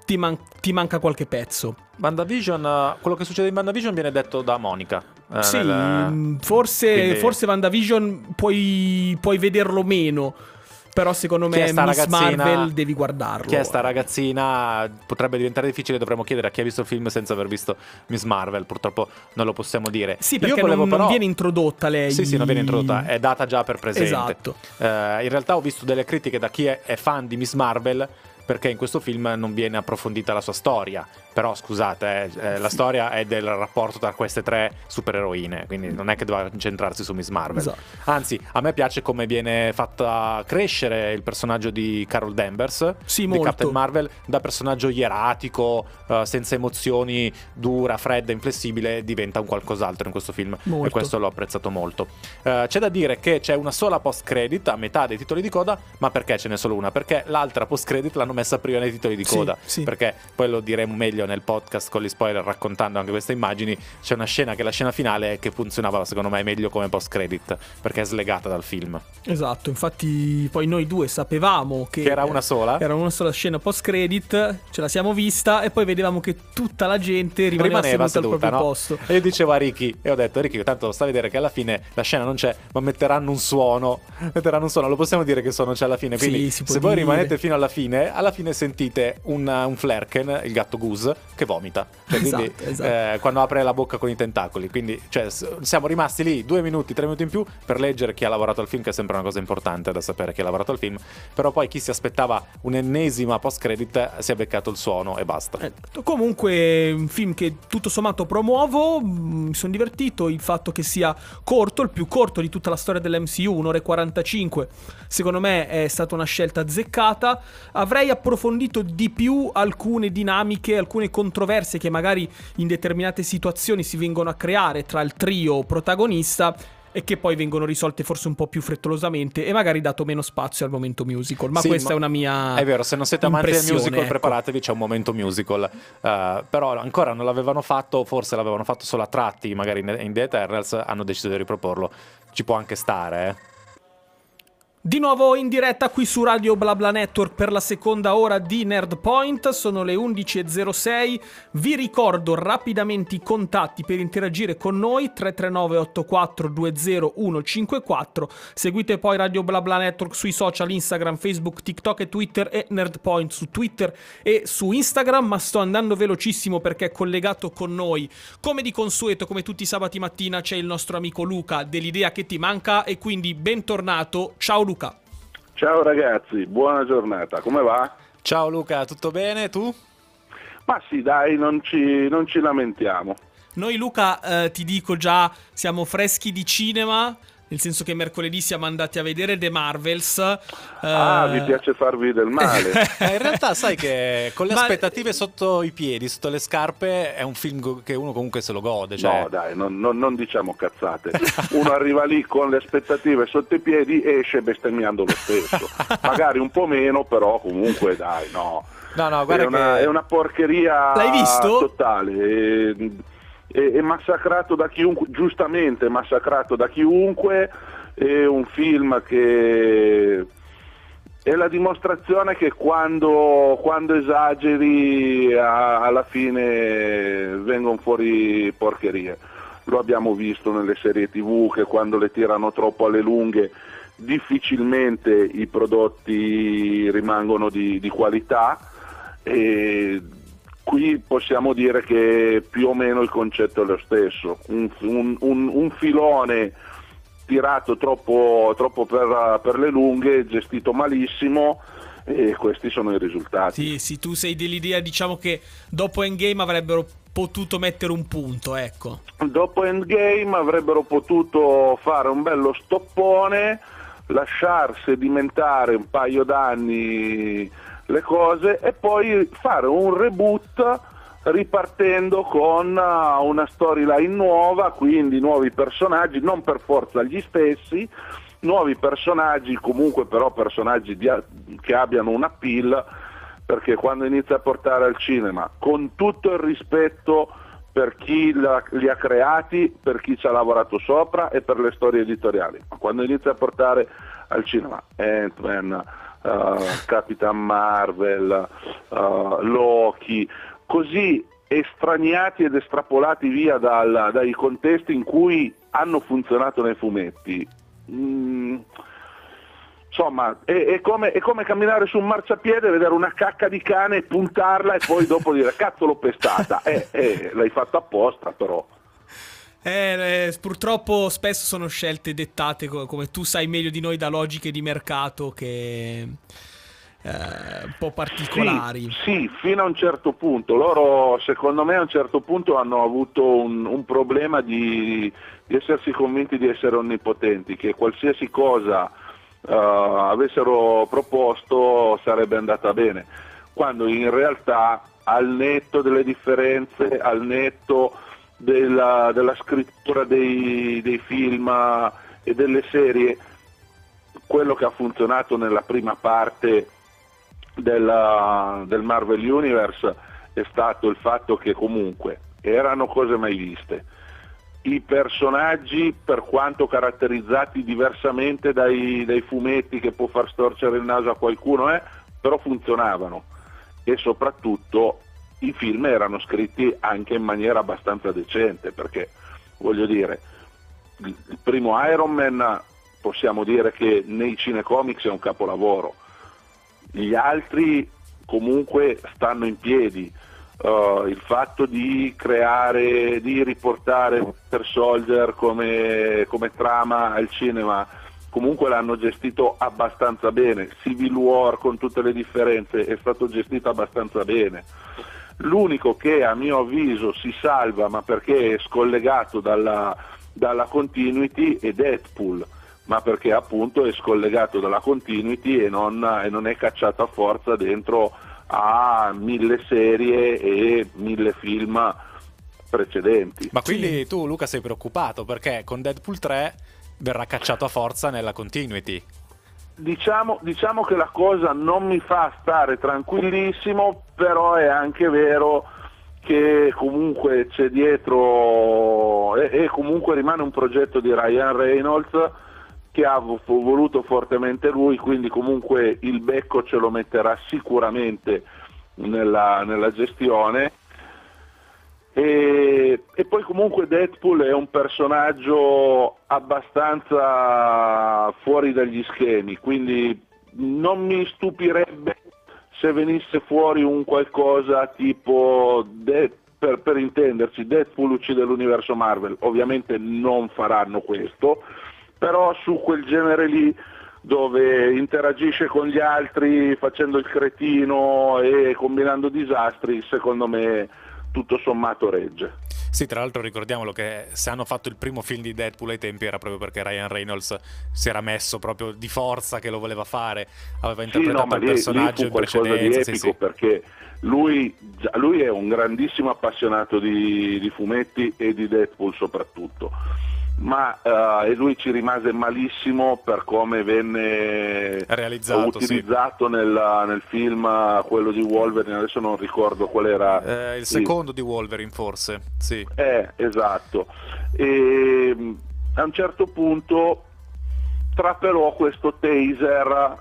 A: ti, man- ti manca qualche pezzo.
B: WandaVision, quello che succede in WandaVision viene detto da Monica. Eh,
A: sì,
B: nel...
A: forse,
B: Quindi...
A: forse WandaVision puoi, puoi vederlo meno. Però secondo me Miss
B: ragazzina,
A: Marvel devi guardarlo.
B: Chi è sta ragazzina? Potrebbe diventare difficile, dovremmo chiedere a chi ha visto il film senza aver visto Miss Marvel. Purtroppo non lo possiamo dire.
A: Sì, perché
B: Io volevo
A: non,
B: però...
A: non viene introdotta lei.
B: Sì, sì, non viene introdotta, è data già per presente.
A: Esatto.
B: Eh, in realtà ho visto delle critiche da chi è, è fan di Miss Marvel, perché in questo film non viene approfondita la sua storia. Però scusate, eh, eh, la storia è del rapporto tra queste tre supereroine, quindi non è che doveva incentrarsi su Miss Marvel.
A: Esatto.
B: Anzi, a me piace come viene fatta crescere il personaggio di Carol Danvers,
A: sì,
B: di
A: molto.
B: Captain Marvel, da personaggio ieratico, uh, senza emozioni, dura, fredda, inflessibile, diventa un qualcos'altro in questo film.
A: Molto.
B: E questo l'ho apprezzato molto. Uh, c'è da dire che c'è una sola post-credit a metà dei titoli di coda, ma perché ce n'è solo una? Perché l'altra post-credit l'hanno messa prima nei titoli di coda,
A: sì, sì.
B: perché poi lo diremo meglio nel podcast con gli spoiler, raccontando anche queste immagini. C'è una scena che è la scena finale che funzionava secondo me meglio come post credit, perché è slegata dal film.
A: Esatto, infatti poi noi due sapevamo che,
B: che era una sola
A: era una sola scena post credit, ce la siamo vista e poi vedevamo che tutta la gente rimaneva,
B: rimaneva
A: seduta,
B: seduta
A: al proprio
B: no?
A: posto.
B: E io dicevo a Ricky, e ho detto Ricky, tanto sta a vedere che alla fine la scena non c'è, ma metteranno un suono metteranno un suono, lo possiamo dire che suono c'è alla fine, quindi
A: sì,
B: se voi rimanete fino alla fine, alla fine sentite un, un Flerken, il gatto Goose, che vomita, cioè,
A: esatto,
B: quindi,
A: esatto.
B: Eh, quando apre la bocca con i tentacoli, quindi cioè, siamo rimasti lì due minuti, tre minuti in più per leggere chi ha lavorato al film, che è sempre una cosa importante da sapere chi ha lavorato al film, però poi chi si aspettava un'ennesima post credit si è beccato il suono e basta.
A: Eh, comunque un film che tutto sommato promuovo, mi sono divertito, il fatto che sia corto, il più corto di tutta la storia dell'M C U, un'ora e quarantacinque, secondo me è stata una scelta azzeccata. Avrei approfondito di più alcune dinamiche, alcune controversie che magari in determinate situazioni si vengono a creare tra il trio protagonista e che poi vengono risolte forse un po' più frettolosamente e magari dato meno spazio al momento musical, ma
B: sì,
A: questa
B: ma
A: è una mia
B: è vero, se non siete amanti del musical,
A: ecco.
B: preparatevi, c'è un momento musical, uh, però ancora non l'avevano fatto, forse l'avevano fatto solo a tratti magari in, in The Eternals, hanno deciso di riproporlo, ci può anche stare, eh
A: Di nuovo in diretta qui su Radio BlaBla Network per la seconda ora di Nerd Point, sono le undici e zero sei, vi ricordo rapidamente i contatti per interagire con noi, tre tre nove otto quattro due zero uno cinque quattro, seguite poi Radio BlaBla Network sui social Instagram, Facebook, TikTok e Twitter e Nerd Point su Twitter e su Instagram, ma sto andando velocissimo perché è collegato con noi, come di consueto, come tutti i sabati mattina c'è il nostro amico Luca dell'Idea che ti manca e quindi bentornato, ciao Luca.
C: Ciao ragazzi, buona giornata, come va?
B: Ciao Luca, tutto bene, tu?
C: Ma sì dai, non ci, non ci lamentiamo.
A: Noi Luca, eh, ti dico già, siamo freschi di cinema, nel senso che mercoledì siamo andati a vedere The Marvels. Eh...
C: Ah, vi piace farvi del male.
B: In realtà sai che con le
A: Ma...
B: aspettative sotto i piedi, sotto le scarpe, è un film che uno comunque se lo gode. Cioè...
C: No dai, non, non, non diciamo cazzate. Uno arriva lì con le aspettative sotto i piedi e esce bestemmiando lo stesso. Magari un po' meno, però comunque dai, no.
B: No, no, guarda
C: è, una,
B: che...
C: è una porcheria
A: L'hai visto?
C: totale. E... è massacrato da chiunque, giustamente massacrato da chiunque, è un film che è la dimostrazione che quando, quando esageri a, alla fine vengono fuori porcherie. Lo abbiamo visto nelle serie tv che quando le tirano troppo alle lunghe difficilmente i prodotti rimangono di, di qualità, e qui possiamo dire che più o meno il concetto è lo stesso, un, un, un, un filone tirato troppo, troppo per, per le lunghe, gestito malissimo, e questi sono i risultati.
A: Sì, sì, tu sei dell'idea, diciamo che dopo Endgame avrebbero potuto mettere un punto, ecco.
C: Dopo Endgame avrebbero potuto fare un bello stoppone, lasciar sedimentare un paio d'anni le cose e poi fare un reboot ripartendo con una storyline nuova, quindi nuovi personaggi, non per forza gli stessi, nuovi personaggi, comunque però personaggi di, che abbiano un appeal, perché quando inizia a portare al cinema, con tutto il rispetto per chi la, li ha creati, per chi ci ha lavorato sopra e per le storie editoriali, ma quando inizia a portare al cinema Ant-Man, uh, Capitan Marvel, uh, Loki, così estraniati ed estrapolati via dal, dai contesti in cui hanno funzionato nei fumetti. Mm, insomma, è, è, come, è come camminare su un marciapiede, vedere una cacca di cane, puntarla e poi dopo dire cazzo l'ho pestata. Eh, eh, l'hai fatto apposta però.
A: Eh, eh, purtroppo spesso sono scelte dettate, co- come tu sai meglio di noi, da logiche di mercato che eh, un po' particolari.
C: Sì, sì, fino a un certo punto. Loro, secondo me, a un certo punto hanno avuto un, un problema di, di essersi convinti di essere onnipotenti, che qualsiasi cosa uh, avessero proposto sarebbe andata bene, quando in realtà, al netto delle differenze, al netto Della, della scrittura dei, dei film e delle serie, quello che ha funzionato nella prima parte della, del Marvel Universe è stato il fatto che comunque erano cose mai viste. I personaggi, per quanto caratterizzati diversamente dai, dai fumetti, che può far storcere il naso a qualcuno, eh, però funzionavano, e soprattutto i film erano scritti anche in maniera abbastanza decente, perché voglio dire, il primo Iron Man possiamo dire che nei cinecomics è un capolavoro, gli altri comunque stanno in piedi. Uh, il fatto di creare, di riportare Winter Soldier come, come trama al cinema, comunque l'hanno gestito abbastanza bene. Civil War, con tutte le differenze, è stato gestito abbastanza bene. L'unico che a mio avviso si salva, ma perché è scollegato dalla, dalla continuity, è Deadpool, ma perché appunto è scollegato dalla continuity e non, e non è cacciato a forza dentro a mille serie e mille film precedenti.
B: Ma quindi tu, Luca, sei preoccupato perché con Deadpool tre verrà cacciato a forza nella continuity?
C: Diciamo, diciamo che la cosa non mi fa stare tranquillissimo, però è anche vero che comunque c'è dietro e, e comunque rimane un progetto di Ryan Reynolds che ha voluto fortemente lui, quindi comunque il becco ce lo metterà sicuramente nella, nella gestione. E, e poi comunque Deadpool è un personaggio abbastanza fuori dagli schemi, quindi non mi stupirebbe se venisse fuori un qualcosa tipo De- per, per intenderci, Deadpool uccide l'universo Marvel. Ovviamente non faranno questo, però su quel genere lì, dove interagisce con gli altri facendo il cretino e combinando disastri, secondo me tutto sommato regge.
B: Sì, tra l'altro ricordiamolo che se hanno fatto il primo film di Deadpool ai tempi era proprio perché Ryan Reynolds si era messo proprio di forza che lo voleva fare, aveva interpretato
C: sì, no,
B: il
C: lì,
B: personaggio
C: lì fu
B: in precedenza.
C: Qualcosa di epico,
B: sì, sì.
C: Perché lui, lui è un grandissimo appassionato di, di fumetti e di Deadpool soprattutto, ma uh, e lui ci rimase malissimo per come venne
B: realizzato,
C: utilizzato
B: sì.
C: nel, nel film, quello di Wolverine, adesso non ricordo qual era.
B: Eh, il
C: sì.
B: secondo di Wolverine forse, sì.
C: Eh, esatto. E a un certo punto trapelò questo taser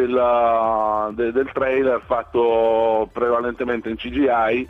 C: della, de, del trailer fatto prevalentemente in C G I,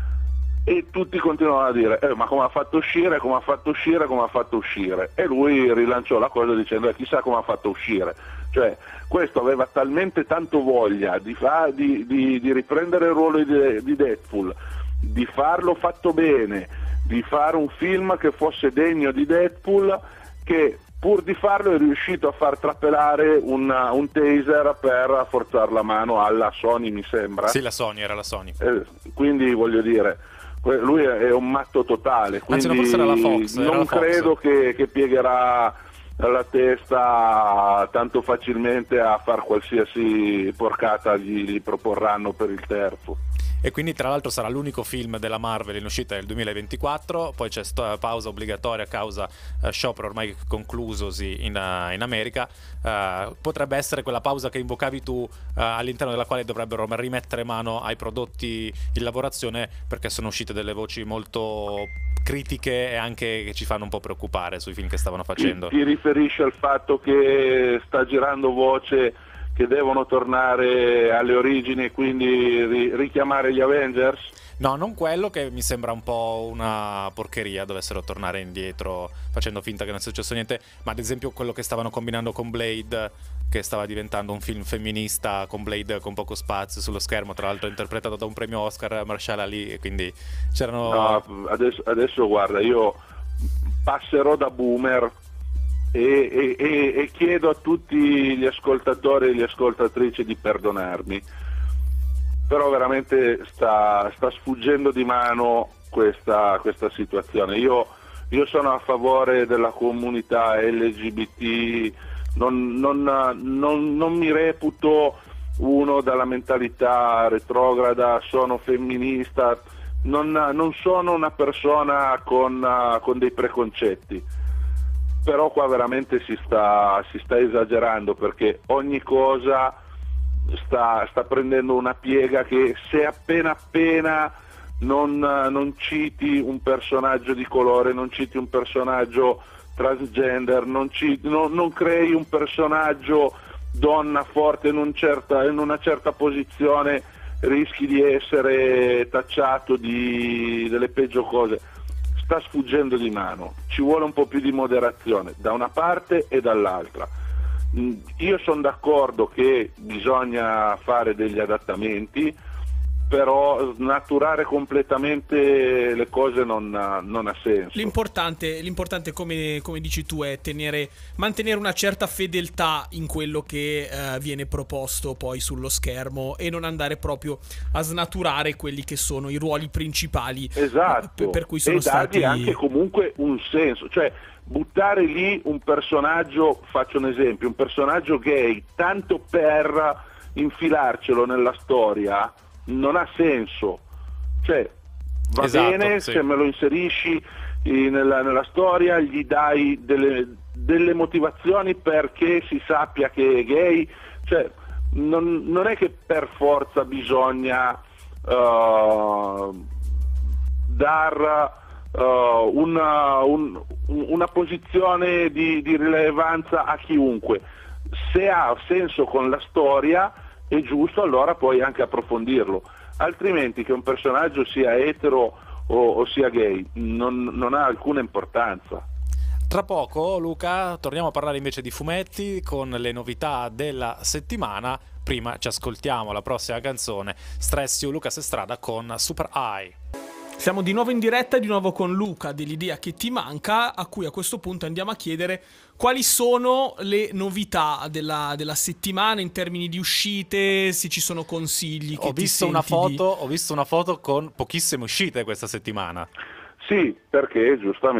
C: e tutti continuavano a dire eh, ma come ha fatto uscire, come ha fatto uscire, come ha fatto uscire, e lui rilanciò la cosa dicendo eh, chissà come ha fatto uscire. Cioè, questo aveva talmente tanto voglia di, fa, di, di, di riprendere il ruolo di, di Deadpool, di farlo fatto bene, di fare un film che fosse degno di Deadpool, che pur di farlo è riuscito a far trapelare un, un taser per forzare la mano alla Sony, mi sembra.
B: Sì, la Sony, era la Sony.
C: Eh, quindi voglio dire, lui è un matto totale, quindi
B: Anzi, no, forse era la Fox, era
C: non
B: la Fox.
C: credo che, che piegherà la testa tanto facilmente a far qualsiasi porcata gli, gli proporranno per il terzo.
B: E quindi tra l'altro sarà l'unico film della Marvel in uscita nel duemilaventiquattro, poi c'è sto- pausa obbligatoria a causa uh, sciopero ormai conclusosi in, uh, in America. Uh, potrebbe essere quella pausa che invocavi tu, uh, all'interno della quale dovrebbero rimettere mano ai prodotti in lavorazione, perché sono uscite delle voci molto critiche e anche che ci fanno un po' preoccupare sui film che stavano facendo.
C: Ti, ti riferisci al fatto che sta girando voce che devono tornare alle origini e quindi ri- richiamare gli Avengers?
B: No, non quello, che mi sembra un po' una porcheria, dovessero tornare indietro facendo finta che non sia successo niente, ma ad esempio quello che stavano combinando con Blade, che stava diventando un film femminista con Blade con poco spazio sullo schermo, tra l'altro interpretato da un premio Oscar, Mahershala Ali, e quindi c'erano...
C: No, adesso, adesso guarda, io passerò da boomer e, e, e, e chiedo a tutti gli ascoltatori e le ascoltatrici di perdonarmi, però veramente sta, sta sfuggendo di mano questa, questa situazione. Io, io sono a favore della comunità L G B T, non, non, non, non mi reputo uno dalla mentalità retrograda, sono femminista, non, non sono una persona con, con dei preconcetti, però qua veramente si sta, si sta esagerando, perché ogni cosa sta, sta prendendo una piega che se appena appena non, non citi un personaggio di colore, non citi un personaggio transgender, non, citi, non, non crei un personaggio donna forte in, un certa, in una certa posizione, rischi di essere tacciato di delle peggio cose. Sta sfuggendo di mano, ci vuole un po' più di moderazione da una parte e dall'altra. Io sono d'accordo che bisogna fare degli adattamenti, però snaturare completamente le cose non, non ha senso.
A: L'importante, l'importante come, come dici tu, è tenere, mantenere una certa fedeltà in quello che eh, viene proposto poi sullo schermo, e non andare proprio a snaturare quelli che sono i ruoli principali.
C: Esatto,
A: per, per cui sono
C: e dargli
A: stati...
C: anche comunque un senso, cioè buttare lì un personaggio, faccio un esempio, un personaggio gay tanto per infilarcelo nella storia non ha senso. Cioè va
B: esatto,
C: bene,
B: sì.
C: Se me lo inserisci nella, nella storia, gli dai delle, delle motivazioni perché si sappia che è gay, cioè non, non è che per forza bisogna uh, dar uh, una, un, una posizione di, di rilevanza a chiunque. Se ha senso con la storia è giusto, allora puoi anche approfondirlo, altrimenti che un personaggio sia etero o, o sia gay non, non ha alcuna importanza.
B: Tra poco, Luca, torniamo a parlare invece di fumetti con le novità della settimana. Prima ci ascoltiamo la prossima canzone, Stress You, Lucas Estrada con Super Eye.
A: Siamo di nuovo in diretta, di nuovo con Luca dell'Idea che ti manca, a cui a questo punto andiamo a chiedere quali sono le novità della, della settimana in termini di uscite, se ci sono consigli che
B: ho
A: ti
B: visto una
A: senti
B: foto,
A: di...
B: ho visto una foto con pochissime uscite questa settimana.
C: Sì, perché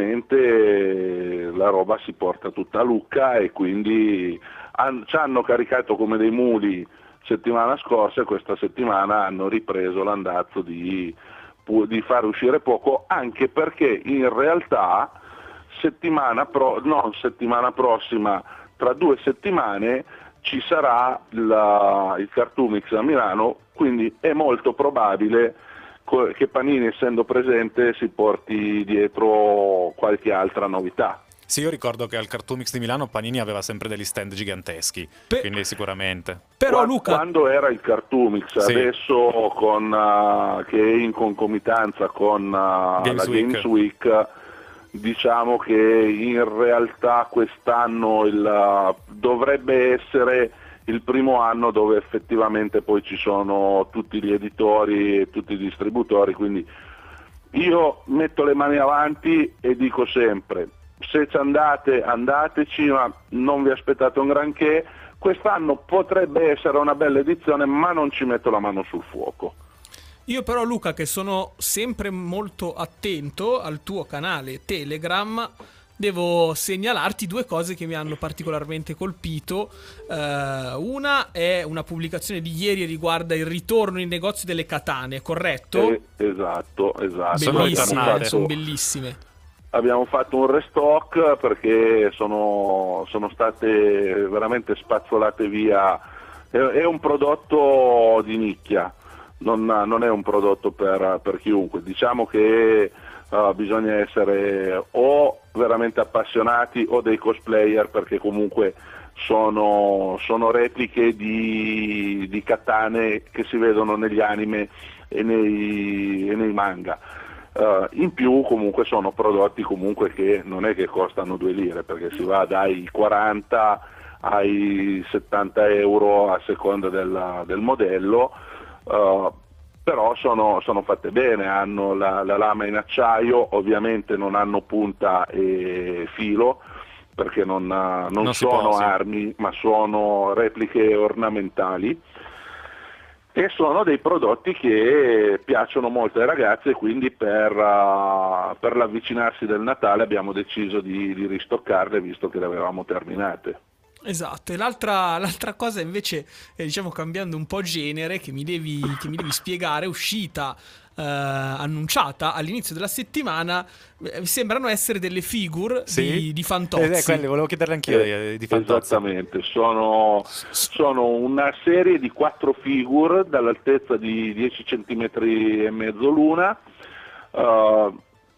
C: giustamente la roba si porta tutta a Lucca e quindi han, ci hanno caricato come dei muli settimana scorsa e questa settimana hanno ripreso l'andazzo di... di fare uscire poco, anche perché in realtà settimana pro, no, settimana prossima, tra due settimane ci sarà la, il Cartoomix a Milano, quindi è molto probabile che Panini, essendo presente, si porti dietro qualche altra novità.
B: Sì, io ricordo che al Cartoomix di Milano Panini aveva sempre degli stand giganteschi,
A: Pe-
B: quindi sicuramente.
A: Però
C: Qua,
A: Luca...
C: Quando era il Cartoomix,
B: Sì.
C: adesso con, uh, che è in concomitanza con uh,
B: Games
C: la
B: Week.
C: Games Week, diciamo che in realtà quest'anno il, uh, dovrebbe essere il primo anno dove effettivamente poi ci sono tutti gli editori e tutti i distributori, quindi io metto le mani avanti e dico sempre: se ci andate, andateci, ma non vi aspettate un granché. Quest'anno potrebbe essere una bella edizione, ma non ci metto la mano sul fuoco.
A: Io però, Luca, che sono sempre molto attento al tuo canale Telegram, devo segnalarti due cose che mi hanno particolarmente colpito. Uh, una è una pubblicazione di ieri, riguarda il ritorno in negozio delle katane, corretto?
C: Eh, esatto, esatto.
B: Sono
A: Bellissime,
B: ritornate.
A: sono bellissime.
C: Abbiamo fatto un restock perché sono, sono state veramente spazzolate via. È, è un prodotto di nicchia, non, non è un prodotto per, per chiunque. Diciamo che uh, bisogna essere o veramente appassionati o dei cosplayer, perché comunque sono, sono repliche di, di katane che si vedono negli anime e nei, e nei manga. Uh, in più comunque sono prodotti comunque che non è che costano due lire, perché si va dai quaranta ai settanta euro a seconda del, del modello, uh, però sono, sono fatte bene, hanno la, la lama in acciaio, ovviamente non hanno punta e filo, perché non, non, non sono può, armi, sì. ma sono repliche ornamentali, e sono dei prodotti che piacciono molto ai ragazzi, e quindi per, uh, per l'avvicinarsi del Natale abbiamo deciso di, di ristoccarle, visto che le avevamo terminate.
A: Esatto, e l'altra, l'altra cosa invece, eh, diciamo cambiando un po' genere, che mi devi, che mi devi spiegare, è uscita, eh, annunciata all'inizio della settimana, eh, sembrano essere delle figure
B: sì?
A: di, di Fantozzi.
B: Eh, quelle volevo chiederle anch'io
C: eh,
B: di, di Fantozzi.
C: Esattamente, sono, sono una serie di quattro figure dall'altezza di dieci centimetri e mezzo l'una. Uh,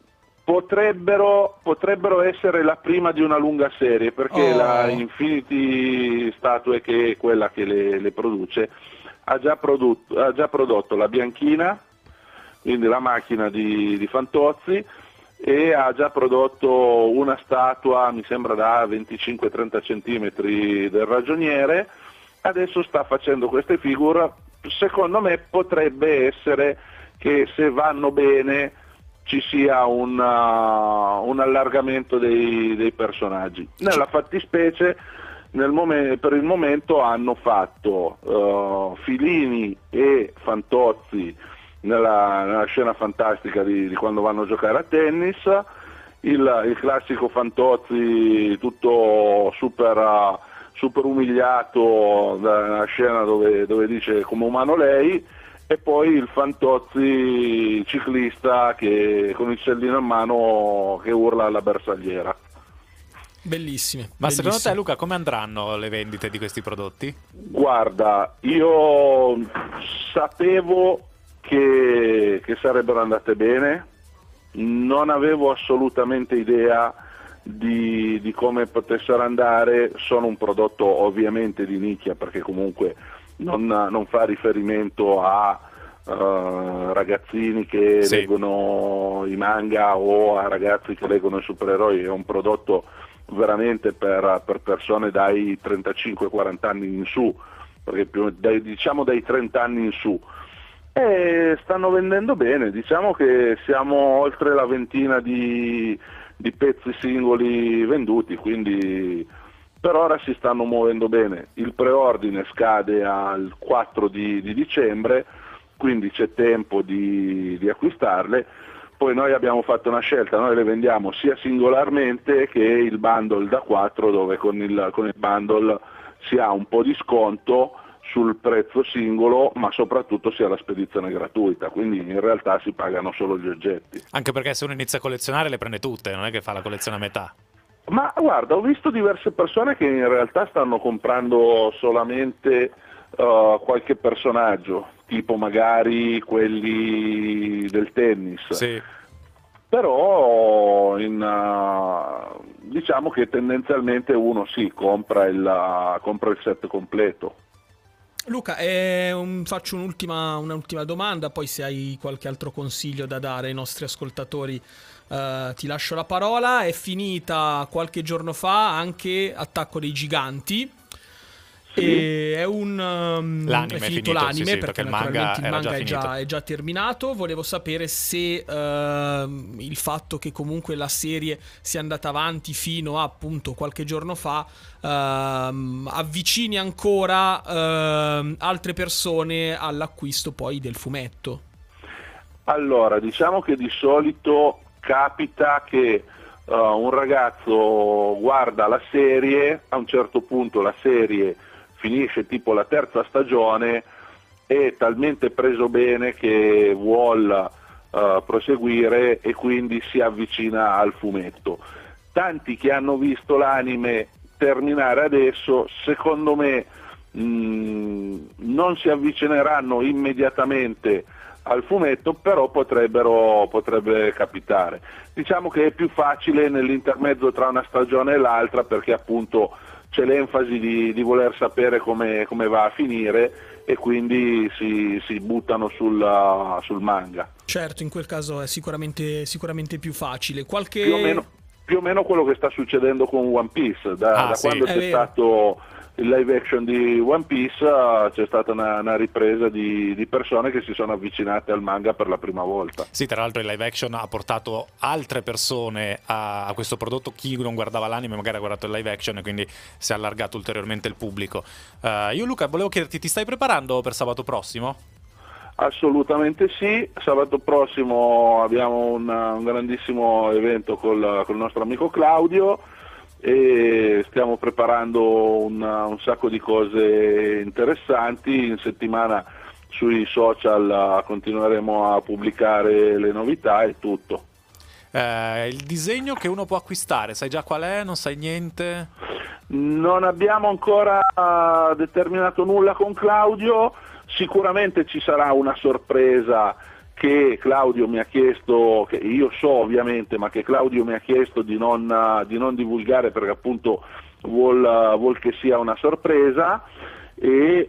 C: Potrebbero, potrebbero essere la prima di una lunga serie, perché
A: oh.
C: la Infinity Statue, che è quella che le, le produce, ha già, prodotto, ha già prodotto la Bianchina, quindi la macchina di, di Fantozzi, e ha già prodotto una statua, mi sembra da venticinque trenta centimetri, del Ragioniere. Adesso sta facendo queste figure, secondo me potrebbe essere che, se vanno bene, ci sia un, uh, un allargamento dei, dei personaggi. Nella fattispecie, nel momen- per il momento hanno fatto uh, Filini e Fantozzi nella, nella scena fantastica di, di quando vanno a giocare a tennis, il, il classico Fantozzi tutto super, uh, super umiliato nella scena dove, dove dice come umano lei, e poi il Fantozzi ciclista che con il sellino in mano che urla alla bersagliera.
A: Bellissime.
B: Ma
A: bellissime.
B: Secondo te, Luca, come andranno le vendite di questi prodotti?
C: Guarda, io sapevo che, che sarebbero andate bene, non avevo assolutamente idea di, di come potessero andare. Sono un prodotto ovviamente di nicchia, perché comunque Non, non fa riferimento a uh, ragazzini che sì. leggono i manga o a ragazzi che leggono i supereroi. È un prodotto veramente per, per persone dai trentacinque quaranta anni in su, perché più, dai, diciamo dai trenta anni in su, e stanno vendendo bene. Diciamo che siamo oltre la ventina di, di pezzi singoli venduti, quindi per ora si stanno muovendo bene. Il preordine scade al quattro di, di dicembre, quindi c'è tempo di, di acquistarle. Poi noi abbiamo fatto una scelta, noi le vendiamo sia singolarmente che il bundle da quattro, dove con il, con il bundle si ha un po' di sconto sul prezzo singolo, ma soprattutto si ha la spedizione gratuita, quindi in realtà si pagano solo gli oggetti.
B: Anche perché se uno inizia a collezionare le prende tutte, non è che fa la collezione a metà.
C: Ma guarda, ho visto diverse persone che in realtà stanno comprando solamente uh, qualche personaggio, tipo magari quelli del tennis.
B: Sì.
C: Però in, uh, diciamo che tendenzialmente uno sì, compra il, uh, compra il set completo.
A: Luca, eh, un, faccio un'ultima, un'ultima domanda, poi se hai qualche altro consiglio da dare ai nostri ascoltatori Uh, ti lascio la parola. È finita qualche giorno fa anche Attacco dei Giganti. Sì. E è un um,
B: l'anime
A: è finito,
B: è finito
A: l'anime,
B: sì, sì,
A: perché,
B: perché il
A: naturalmente
B: manga,
A: il manga
B: già
A: è, già, è già terminato. Volevo sapere se uh, il fatto che comunque la serie sia andata avanti fino a appunto qualche giorno fa uh, avvicini ancora uh, altre persone all'acquisto poi del fumetto.
C: Allora, diciamo che di solito capita che uh, un ragazzo guarda la serie, a un certo punto la serie finisce tipo la terza stagione, è talmente preso bene che vuol uh, proseguire e quindi si avvicina al fumetto. Tanti che hanno visto l'anime terminare adesso, secondo me mh, non si avvicineranno immediatamente al fumetto, però potrebbero potrebbe capitare. Diciamo che è più facile nell'intermezzo tra una stagione e l'altra, perché appunto c'è l'enfasi di, di voler sapere come, come va a finire, e quindi si, si buttano sul, uh, sul manga.
A: Certo, in quel caso è sicuramente, sicuramente più facile. Qualche...
C: Più o meno, più o meno quello che sta succedendo con One Piece, da,
B: ah,
C: da
B: sì,
C: quando
A: è
C: c'è
A: vero.
C: stato il live action di One Piece, uh, c'è stata una, una ripresa di, di persone che si sono avvicinate al manga per la prima volta.
B: Sì, tra l'altro il live action ha portato altre persone a, a questo prodotto. Chi non guardava l'anime magari ha guardato il live action, e quindi si è allargato ulteriormente il pubblico. Uh, io Luca, volevo chiederti, ti stai preparando per sabato prossimo?
C: Assolutamente sì, sabato prossimo abbiamo un, un grandissimo evento col, col nostro amico Claudio, e stiamo preparando un, un sacco di cose interessanti. In settimana sui social continueremo a pubblicare le novità e tutto.
B: Eh, il disegno che uno può acquistare, sai già qual è? Non sai niente?
C: Non abbiamo ancora determinato nulla con Claudio, sicuramente ci sarà una sorpresa che Claudio mi ha chiesto, che io so ovviamente, ma che Claudio mi ha chiesto di non, di non divulgare, perché appunto vuol, vuol che sia una sorpresa, e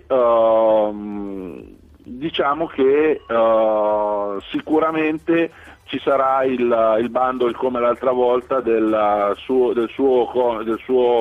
C: uh, diciamo che uh, sicuramente ci sarà il, il bundle, come l'altra volta, del suo, del suo, del suo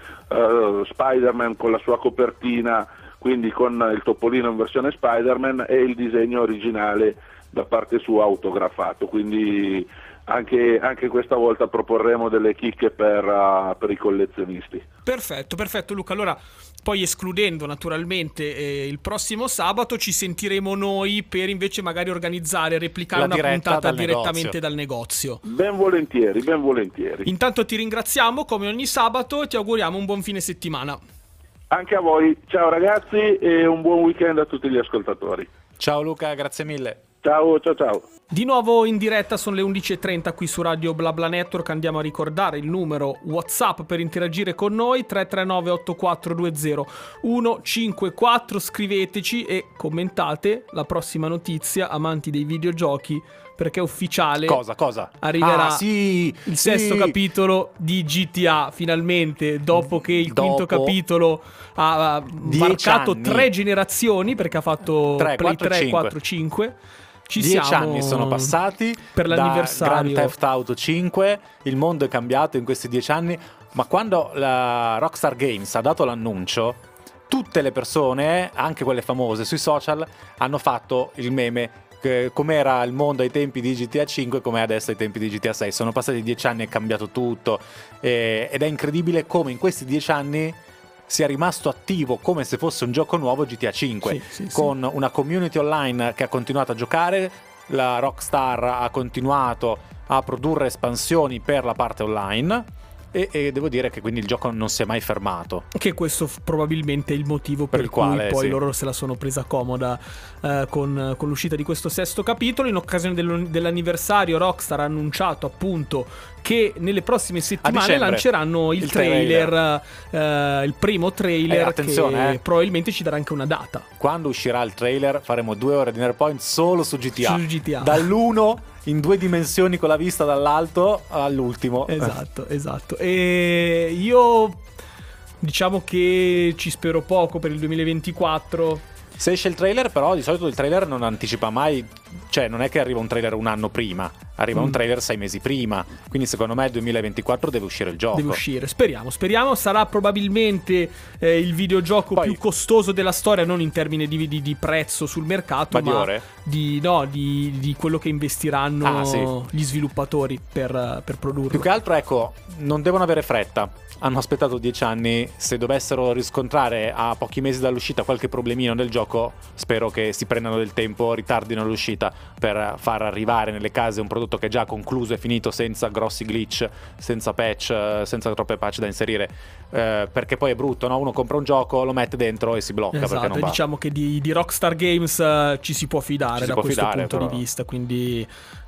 C: uh, Spider-Man con la sua copertina, quindi con il topolino in versione Spider-Man, e il disegno originale da parte sua autografato, quindi anche, anche questa volta proporremo delle chicche per, uh, per i collezionisti.
A: Perfetto, perfetto Luca. Allora, poi escludendo naturalmente eh, il prossimo sabato, ci sentiremo noi per invece magari organizzare, replicare
B: La
A: una
B: diretta
A: puntata
B: dal
A: direttamente
B: negozio.
A: dal negozio.
C: Ben volentieri, ben volentieri.
A: Intanto ti ringraziamo come ogni sabato e ti auguriamo un buon fine settimana.
C: Anche a voi, ciao ragazzi, e un buon weekend a tutti gli ascoltatori.
B: Ciao Luca, grazie mille.
C: Ciao, ciao, ciao.
A: Di nuovo in diretta, sono le undici e trenta qui su Radio BlaBla Network. Andiamo a ricordare il numero WhatsApp per interagire con noi: tre tre nove otto quattro due zero uno cinque quattro. Scriveteci e commentate la prossima notizia, amanti dei videogiochi, perché è ufficiale.
B: Cosa, cosa?
A: Arriverà
B: ah, sì,
A: il
B: sì.
A: sesto capitolo di G T A, finalmente, dopo che il
B: Dopo
A: quinto capitolo ha marcato
B: anni.
A: tre generazioni, perché ha fatto
B: tre,
A: Play
B: quattro,
A: tre,
B: cinque.
A: quattro, cinque. Ci
B: Dieci
A: siamo
B: anni sono passati
A: per
B: da
A: l'anniversario.
B: Grand Theft Auto cinque, il mondo è cambiato in questi dieci anni, ma quando la Rockstar Games ha dato l'annuncio, tutte le persone, anche quelle famose sui social, hanno fatto il meme che com'era il mondo ai tempi di G T A cinque, com'è adesso ai tempi di G T A sei. Sono passati dieci anni e è cambiato tutto, e, ed è incredibile come in questi dieci anni sia rimasto attivo come se fosse un gioco nuovo G T A cinque,
A: sì, sì,
B: con sì. una community online che ha continuato a giocare. La Rockstar ha continuato a produrre espansioni per la parte online, e, e devo dire che quindi il gioco non si è mai fermato.
A: Che questo f- probabilmente è il motivo per,
B: Per il
A: cui
B: quale,
A: poi
B: sì.
A: loro se la sono presa comoda eh, con, con l'uscita di questo sesto capitolo. In occasione dello- dell'anniversario Rockstar ha annunciato appunto che nelle prossime settimane
B: dicembre,
A: lanceranno il,
B: il
A: trailer,
B: trailer.
A: Eh, il primo trailer,
B: Eh, attenzione,
A: che
B: eh.
A: probabilmente ci darà anche una data.
B: Quando uscirà il trailer faremo due ore di Nerpoint solo su G T A,
A: Su G T A.
B: dall'uno in due dimensioni con la vista dall'alto all'ultimo.
A: Esatto, esatto. E io diciamo che ci spero poco per il duemilaventiquattro.
B: Se esce il trailer, però di solito il trailer non anticipa mai, cioè non è che arriva un trailer un anno prima, arriva
A: Mm.
B: un trailer sei mesi prima, quindi secondo me il duemilaventiquattro deve uscire il gioco.
A: Deve uscire, speriamo, speriamo. Sarà probabilmente eh, il videogioco
B: Poi-
A: più costoso della storia, non in termini di, di- di prezzo sul mercato,
B: Ma di ore?
A: di, no, di, di quello che investiranno
B: Ah, sì.
A: gli sviluppatori per, per produrlo.
B: Più che altro, ecco, non devono avere fretta. Hanno aspettato dieci anni. Se dovessero riscontrare a pochi mesi dall'uscita qualche problemino del gioco, spero che si prendano del tempo, ritardino l'uscita per far arrivare nelle case un prodotto che è già concluso e finito, senza grossi glitch, senza patch, eh, senza troppe patch da inserire, eh, perché poi è brutto, no? Uno compra un gioco, lo mette dentro e si blocca, perché
A: Esatto,
B: non
A: e
B: va.
A: diciamo che di, di Rockstar Games eh, ci si può fidare
B: Ci si
A: da
B: può
A: questo
B: fidare,
A: punto
B: però.
A: di vista, quindi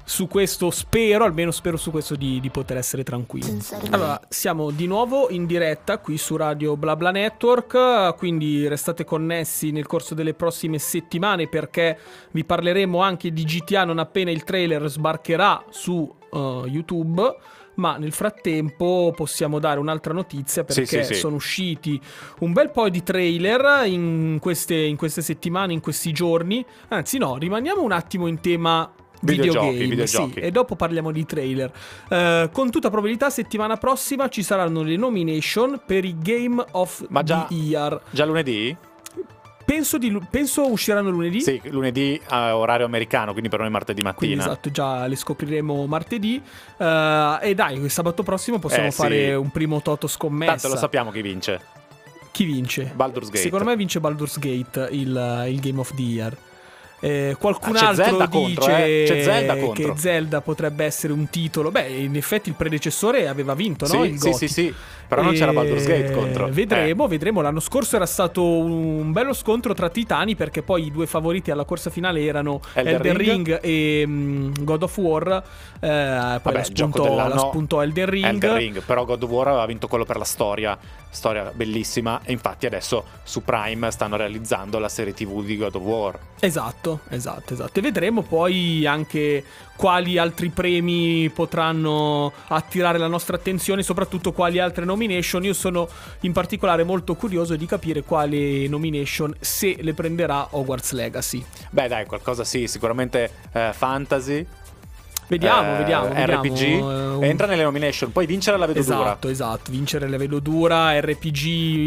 A: su questo spero, almeno spero su questo di, di poter essere tranquilli. Allora, siamo di nuovo in diretta qui su Radio BlaBla Network, quindi restate connessi nel corso delle prossime settimane perché vi parleremo anche di G T A non appena il trailer sbarcherà su uh, YouTube. Ma nel frattempo possiamo dare un'altra notizia perché
B: sì, sì, sì.
A: sono usciti un bel po' di trailer in queste, in queste settimane, in questi giorni. Anzi no, rimaniamo un attimo in tema
B: videogiochi,
A: videogame,
B: videogiochi.
A: Sì, e dopo parliamo di trailer. Uh, con tutta probabilità settimana prossima ci saranno le nomination per i Game of
B: Ma già,
A: the Year.
B: Già lunedì?
A: Penso, di, penso usciranno lunedì.
B: Sì, lunedì a orario americano, quindi per noi martedì mattina.
A: Quindi esatto, già le scopriremo martedì. Uh, e dai, sabato prossimo possiamo
B: eh,
A: fare
B: sì.
A: un primo toto scommessa.
B: Tanto lo sappiamo chi vince.
A: Chi vince?
B: Baldur's Gate.
A: Secondo me vince Baldur's Gate, il, il Game of the Year. Eh, qualcun
B: ah, c'è
A: altro
B: Zelda
A: dice
B: contro, eh? C'è Zelda
A: che
B: contro.
A: Zelda potrebbe essere un titolo. Beh, in effetti il predecessore aveva vinto,
B: sì,
A: no? Il
B: sì,
A: Goti.
B: sì, sì. Però non c'era Baldur's Gate contro.
A: Vedremo,
B: eh.
A: vedremo. L'anno scorso era stato un bello scontro tra titani perché poi i due favoriti alla corsa finale erano
B: Elden,
A: Elden
B: Ring.
A: Ring e um, God of War. Eh, poi
B: Vabbè,
A: la, spuntò, la spuntò Elden Ring.
B: Elden Ring. Però God of War aveva vinto quello per la storia. Storia bellissima. E infatti adesso su Prime stanno realizzando la serie tivù di God of War.
A: Esatto, esatto, esatto. E vedremo poi anche quali altri premi potranno attirare la nostra attenzione, soprattutto quali altre nomination. Io sono in particolare molto curioso di capire quali nomination, se le prenderà Hogwarts Legacy.
B: Beh dai, qualcosa sì, sicuramente eh, fantasy.
A: Vediamo,
B: eh,
A: vediamo,
B: R P G
A: vediamo.
B: Entra nelle nomination, poi vincere la vedo
A: esatto,
B: dura.
A: Esatto, esatto, vincere la vedo dura. R P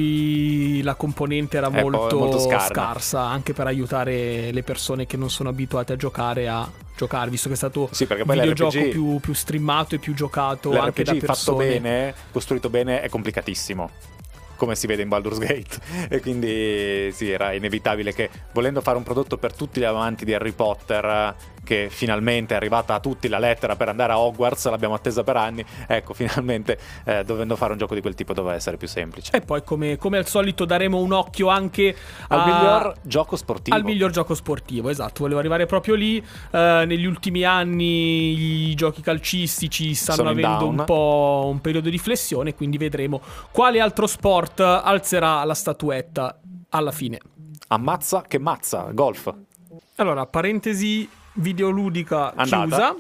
A: G la componente era
B: eh,
A: molto,
B: molto
A: scarsa, anche per aiutare le persone che non sono abituate a giocare a giocare, visto che è stato
B: sì, perché
A: il
B: poi
A: videogioco
B: l'R P G,
A: più, più streamato e più giocato
B: l'R P G
A: anche da persone.
B: fatto bene, costruito bene, è complicatissimo, come si vede in Baldur's Gate. E quindi sì, era inevitabile che, volendo fare un prodotto per tutti gli amanti di Harry Potter, che finalmente è arrivata a tutti la lettera per andare a Hogwarts, l'abbiamo attesa per anni, ecco, finalmente eh, dovendo fare un gioco di quel tipo doveva essere più semplice.
A: E poi come, come al solito daremo un occhio anche
B: al
A: a...
B: miglior gioco sportivo.
A: Al miglior gioco sportivo, esatto, volevo arrivare proprio lì. Uh, negli ultimi anni i giochi calcistici stanno
B: Sono
A: avendo un po' un periodo di flessione, quindi vedremo quale altro sport alzerà la statuetta alla fine.
B: Ammazza che mazza, golf.
A: Allora, parentesi videoludica
B: Andata.
A: chiusa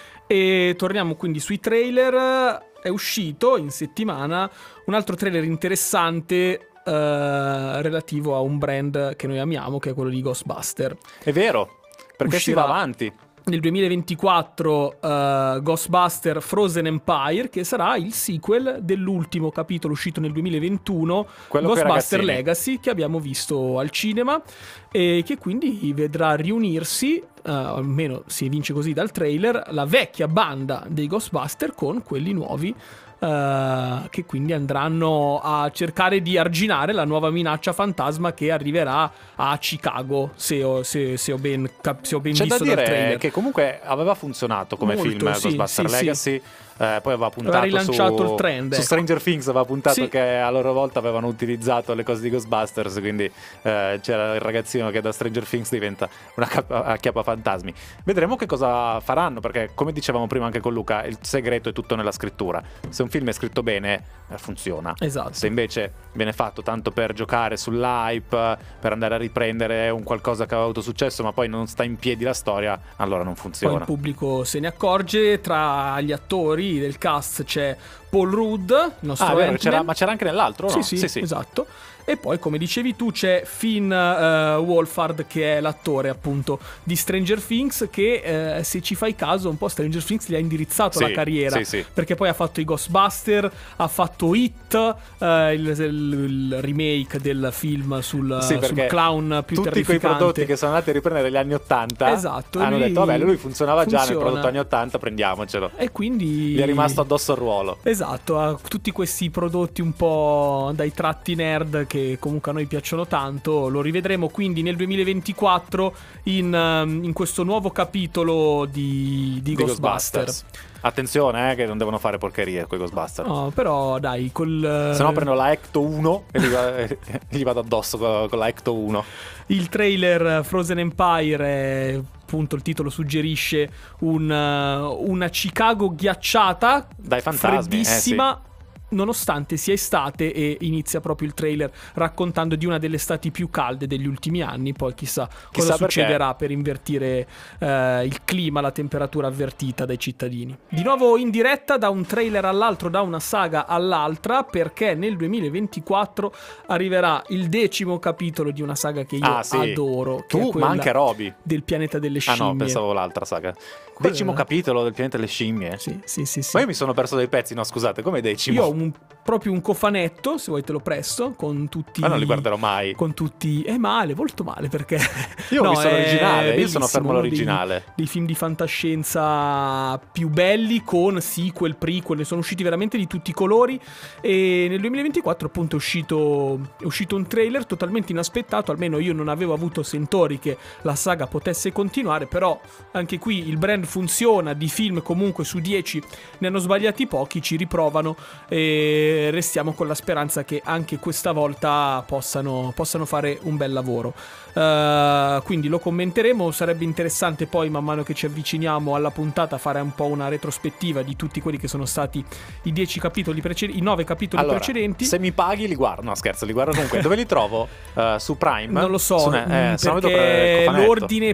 A: e torniamo quindi sui trailer. È uscito in settimana un altro trailer interessante uh, relativo a un brand che noi amiamo, che è quello di Ghostbuster.
B: È vero, perché
A: Uscirà
B: si va avanti.
A: Nel duemilaventiquattro uh, Ghostbuster Frozen Empire, che sarà il sequel dell'ultimo capitolo uscito nel duemilaventuno,
B: quello
A: Ghostbuster Legacy, che abbiamo visto al cinema e che quindi vedrà riunirsi, uh, almeno si evince così dal trailer, la vecchia banda dei Ghostbuster con quelli nuovi, Uh, che quindi andranno a cercare di arginare la nuova minaccia fantasma che arriverà a Chicago, se ho, se, se ho ben, se ho ben
B: C'è
A: visto
B: da
A: dal
B: dire
A: trailer.
B: che comunque aveva funzionato come
A: Molto,
B: film
A: sì,
B: Ghostbuster
A: sì,
B: Legacy.
A: sì.
B: Eh, poi aveva puntato
A: aveva rilanciato
B: su,
A: il trend,
B: su
A: ecco.
B: Stranger Things, aveva puntato
A: Sì.
B: che a loro volta avevano utilizzato le cose di Ghostbusters, quindi eh, c'era il ragazzino che da Stranger Things diventa una cappa, acchiappa fantasmi. Vedremo che cosa faranno, perché come dicevamo prima anche con Luca, il segreto è tutto nella scrittura. Se un film è scritto bene eh, funziona.
A: Esatto.
B: Se invece viene fatto tanto per giocare sull'hype, per andare a riprendere un qualcosa che aveva avuto successo ma poi non sta in piedi la storia, allora non funziona.
A: Poi il pubblico se ne accorge. Tra gli attori del cast c'è Paul Rudd, il nostro
B: ah, vero,
A: Ant-Man.
B: c'era, ma c'era anche nell'altro,
A: Sì,
B: no?
A: sì,
B: sì, sì.
A: esatto. E poi, come dicevi tu, c'è Finn uh, Wolfhard, che è l'attore appunto di Stranger Things, che uh, se ci fai caso un po' Stranger Things gli ha indirizzato
B: sì,
A: la carriera,
B: sì, sì.
A: perché poi ha fatto i Ghostbuster, ha fatto It, uh, il, il, il remake del film sul,
B: sì,
A: sul clown più
B: tutti
A: terrificante.
B: quei prodotti che sono andati a riprendere negli anni ottanta,
A: esatto,
B: hanno
A: lui
B: detto vabbè, lui funzionava
A: funziona.
B: già nel prodotto anni ottanta, prendiamocelo.
A: E quindi
B: gli è rimasto addosso il ruolo.
A: Esatto, a tutti questi prodotti un po' dai tratti nerd che comunque a noi piacciono tanto. Lo rivedremo quindi nel duemilaventiquattro in, um, in questo nuovo capitolo di, di, di Ghostbuster.
B: Ghostbusters. Attenzione, eh, che non devono fare porcherie quei Ghostbusters.
A: No, però dai, col...
B: Se no prendo la Ecto uno e gli, va- e gli vado addosso con, con la Ecto uno.
A: Il trailer Frozen Empire è, appunto il titolo suggerisce un, uh, una Chicago ghiacciata,
B: Dai fantasmi,
A: freddissima,
B: eh, sì.
A: nonostante sia estate, e inizia proprio il trailer raccontando di una delle estati più calde degli ultimi anni. Poi chissà,
B: Chissà
A: cosa
B: perché.
A: succederà per invertire eh, il clima, la temperatura avvertita dai cittadini. Di nuovo in diretta da un trailer all'altro, da una saga all'altra, perché nel duemilaventiquattro arriverà il decimo capitolo di una saga che io
B: Ah, sì.
A: adoro, che
B: Tu,
A: è quella
B: ma anche Roby.
A: del pianeta delle
B: Ah
A: scimmie.
B: no, pensavo l'altra saga.
A: Quella-
B: Decimo capitolo del pianeta delle scimmie.
A: Sì, sì, sì, sì.
B: Ma io mi sono perso dei pezzi, no scusate, come decimo?
A: Io ho un, proprio un cofanetto, se vuoi te lo presto, con tutti...
B: Ma non li guarderò mai.
A: Con tutti... È male, molto male, perché...
B: Io ho
A: No,
B: visto
A: è
B: l'originale, io
A: bellissimo,
B: sono fermo
A: uno
B: all'originale.
A: Dei, dei film di fantascienza più belli, con sequel, prequel, ne sono usciti veramente di tutti i colori. E nel duemilaventiquattro appunto è uscito, è uscito un trailer totalmente inaspettato, almeno io non avevo avuto sentori che la saga potesse continuare, però anche qui il brand funziona, di film comunque su dieci ne hanno sbagliati pochi, ci riprovano e restiamo con la speranza che anche questa volta possano, possano fare un bel lavoro. Uh, quindi lo commenteremo. Sarebbe interessante poi, man mano che ci avviciniamo alla puntata, fare un po' una retrospettiva di tutti quelli che sono stati i dieci capitoli precedenti, i nove capitoli
B: Allora,
A: precedenti.
B: se mi paghi li guardo. No scherzo, li guardo comunque. Dove li trovo? Uh, su Prime?
A: Non lo so,
B: Su ne- eh, se no vedo per
A: perché
B: cofanetto.
A: l'ordine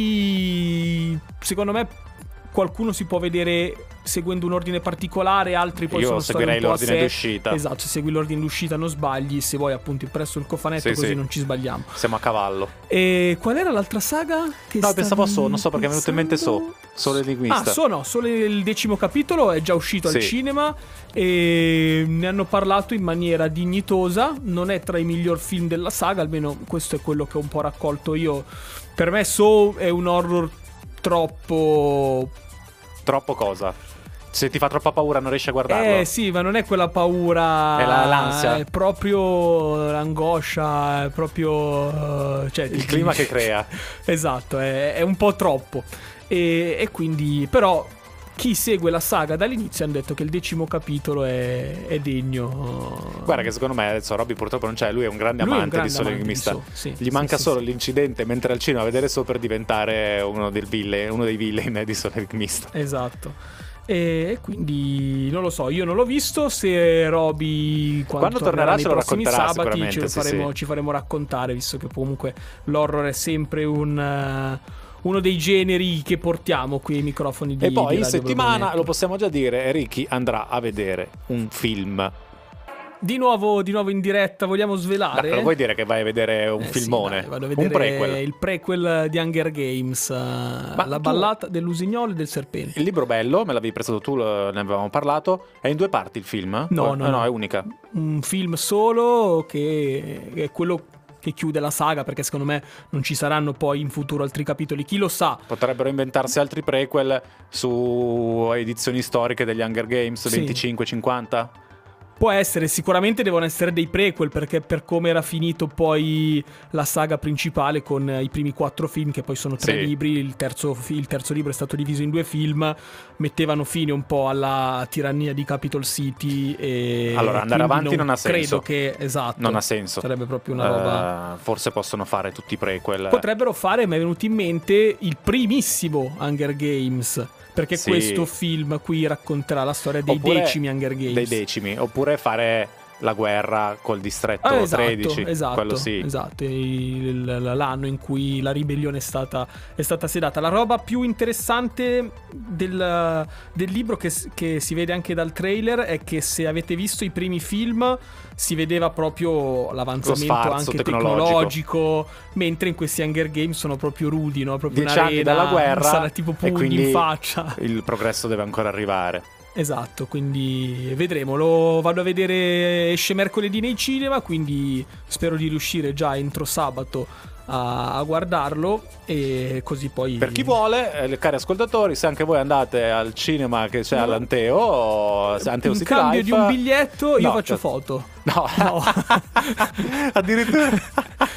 A: poi, secondo me, qualcuno si può vedere seguendo un ordine particolare, altri poi
B: Io
A: sono storie
B: seguirei
A: un po' a
B: l'ordine
A: sé.
B: d'uscita.
A: Esatto, se segui l'ordine d'uscita non sbagli, se vuoi appunto impresso il cofanetto,
B: Sì,
A: così
B: sì.
A: non ci sbagliamo.
B: Siamo a cavallo.
A: E qual era l'altra saga? Che
B: No, pensavo a
A: stavi
B: So, non so perché mi è venuto in mente So.
A: pensando?
B: Solo Enigmista.
A: Ah, So no, solo il decimo capitolo è già uscito
B: Sì.
A: al cinema e ne hanno parlato in maniera dignitosa. Non è tra i miglior film della saga, almeno questo è quello che ho un po' raccolto io. Per me So è un horror troppo...
B: Troppo cosa? Se ti fa troppa paura non riesci a guardarlo.
A: Eh sì, ma non è quella paura,
B: È la- l'ansia.
A: è proprio l'angoscia, è proprio... eh, cioè,
B: Il
A: ti-
B: clima che crea.
A: Esatto, è, è un po' troppo. E, e quindi, però, chi segue la saga dall'inizio hanno detto che il decimo capitolo è, è degno.
B: Guarda che secondo me adesso Robby purtroppo non c'è. Lui è un grande
A: Lui è un
B: amante
A: grande
B: di Solo
A: amante di
B: Enigmista.
A: So, sì,
B: Gli
A: sì,
B: manca
A: sì,
B: solo
A: sì.
B: l'incidente mentre al cinema a vedere So per diventare uno, del villain, uno dei villain di Solo Enigmista.
A: Esatto. E quindi non lo so, io non l'ho visto. Se Roby quando,
B: Quando tornerà
A: nei
B: ce lo
A: prossimi
B: racconterà
A: sabati ce lo
B: sicuramente, sì,
A: faremo,
B: sì.
A: ci faremo raccontare, visto che comunque l'horror è sempre un eh, uno dei generi che portiamo qui ai microfoni di
B: E poi
A: di
B: in
A: Radio
B: settimana,
A: Borgonetto.
B: lo possiamo già dire, Ricky andrà a vedere un film.
A: Di nuovo, di nuovo in diretta, vogliamo svelare?
B: Dai, lo vuoi dire che vai a vedere un
A: Eh sì,
B: filmone?
A: dai, vado a
B: un
A: vedere
B: prequel.
A: il prequel di Hunger Games, eh, la
B: tu-
A: ballata dell'usignolo e del serpente.
B: Il libro bello, me l'avevi prestato tu, lo- ne avevamo parlato. È in due parti il film?
A: No,
B: O-
A: no,
B: eh,
A: no.
B: è unica.
A: Un film solo che è quello che chiude la saga, perché secondo me non ci saranno poi in futuro altri capitoli, chi lo sa.
B: Potrebbero inventarsi altri prequel su edizioni storiche degli Hunger Games,
A: Sì.
B: venticinque cinquanta?
A: Può essere, sicuramente devono essere dei prequel, perché per come era finito poi la saga principale con i primi quattro film, che poi sono tre
B: Sì.
A: libri, il terzo, fi- il terzo libro è stato diviso in due film, mettevano fine un po' alla tirannia di Capitol City e
B: Allora, andare
A: quindi
B: avanti non ha senso.
A: Credo che, esatto,
B: Non ha senso.
A: sarebbe proprio una roba...
B: Eh, forse possono fare tutti i prequel.
A: Potrebbero fare, mi è venuto in mente, il primissimo Hunger Games, perché
B: Sì.
A: questo film qui racconterà la storia dei
B: Oppure
A: decimi Hunger Games.
B: Dei decimi. Oppure fare la guerra col distretto
A: Ah, esatto,
B: tredici.
A: esatto,
B: Quello sì.
A: esatto, il- l'anno in cui la ribellione è stata, è stata sedata. La roba più interessante del, del libro, che, s- che si vede anche dal trailer, è che se avete visto i primi film si vedeva proprio l'avanzamento
B: Lo sfarzo
A: anche
B: tecnologico.
A: tecnologico, mentre in questi Hunger Games sono proprio rudi, no? Proprio
B: Dieci anni
A: un'arena,
B: dalla guerra
A: sarà tipo
B: e
A: pugni
B: quindi
A: in faccia.
B: il progresso deve ancora arrivare.
A: Esatto, quindi vedremo. Lo vado a vedere, esce mercoledì nei cinema, quindi spero di riuscire già entro sabato a, a guardarlo, e così poi...
B: Per chi vuole, eh, cari ascoltatori, se anche voi andate al cinema che c'è
A: No.
B: all'Anteo, o se Anteo
A: in
B: City
A: cambio
B: Life,
A: di un biglietto io
B: No,
A: faccio
B: cioè-
A: foto.
B: No,
A: No.
B: addirittura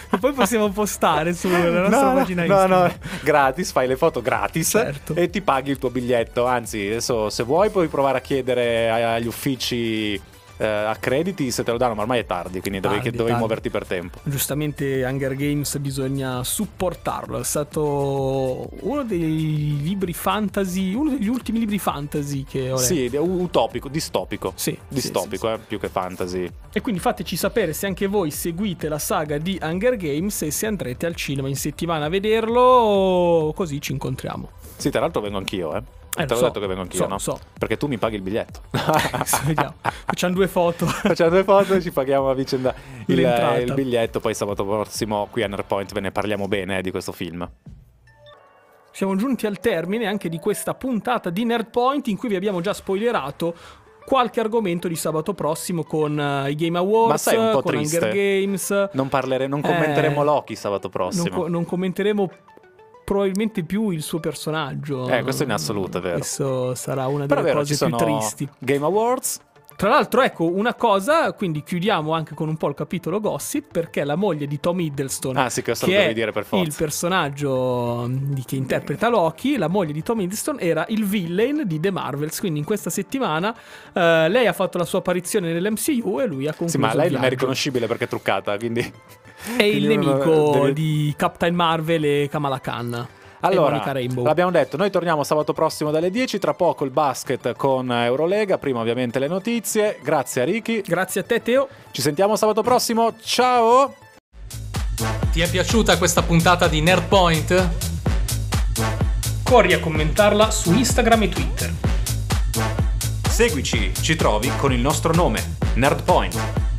A: E poi possiamo postare sulla nostra
B: no,
A: pagina
B: no,
A: Instagram.
B: No, no, gratis, fai le foto gratis,
A: certo.
B: E ti paghi il tuo biglietto. Anzi, adesso se vuoi puoi provare a chiedere agli uffici eh, accrediti se te lo danno, ma ormai è tardi, quindi
A: Tardi,
B: dovevi, dovevi
A: tardi.
B: muoverti per tempo.
A: Giustamente Hunger Games bisogna supportarlo. È stato uno dei libri fantasy, uno degli ultimi libri fantasy che ho letto.
B: Sì, utopico, distopico.
A: Sì,
B: distopico,
A: sì, sì,
B: eh, più che fantasy.
A: E quindi fateci sapere se anche voi seguite la saga di Hunger Games e se andrete al cinema in settimana a vederlo, così ci incontriamo.
B: Sì, tra l'altro vengo anch'io, eh.
A: Eh,
B: Te l'ho
A: so,
B: detto che vengo anch'io,
A: so,
B: no?
A: so.
B: Perché tu mi paghi il biglietto.
A: Vediamo. Facciamo due foto.
B: Facciamo due foto e ci paghiamo a vicenda il,
A: L'entrata.
B: il biglietto. Poi sabato prossimo qui a Nerdpoint ve ne parliamo bene eh, di questo film.
A: Siamo giunti al termine anche di questa puntata di Nerdpoint in cui vi abbiamo già spoilerato qualche argomento di sabato prossimo con uh, i Game Awards,
B: Ma sai, un po'
A: con
B: triste.
A: Hunger Games.
B: Non, parlere, non commenteremo
A: Eh,
B: Loki sabato prossimo.
A: Non, co- non commenteremo probabilmente più il suo personaggio.
B: Eh, questo in assoluto, è vero.
A: Questo sarà una
B: Però
A: delle
B: è vero,
A: cose
B: ci
A: più
B: sono
A: tristi.
B: Game Awards.
A: Tra l'altro, ecco, una cosa, quindi chiudiamo anche con un po' il capitolo gossip, perché la moglie di Tom Hiddleston,
B: Ah sì, questo lo
A: che
B: devi
A: è
B: dire per forza.
A: il personaggio di, che interpreta Loki, la moglie di Tom Hiddleston era il villain di The Marvels, quindi in questa settimana eh, lei ha fatto la sua apparizione nell'M C U e lui ha concluso
B: Sì, ma lei
A: il
B: non è
A: viaggio.
B: riconoscibile perché è truccata, quindi...
A: È il
B: quindi uno
A: nemico
B: deve-
A: di Captain Marvel e Kamala Khan. E
B: Allora,
A: Monica Rambeau.
B: l'abbiamo detto, noi torniamo sabato prossimo dalle dieci, tra poco il basket con Eurolega, prima ovviamente le notizie. Grazie a Ricky.
A: Grazie a te, Teo.
B: Ci sentiamo sabato prossimo, ciao!
D: Ti è piaciuta questa puntata di Nerdpoint?
A: Corri a commentarla su Instagram e Twitter.
E: Seguici, ci trovi con il nostro nome, Nerdpoint.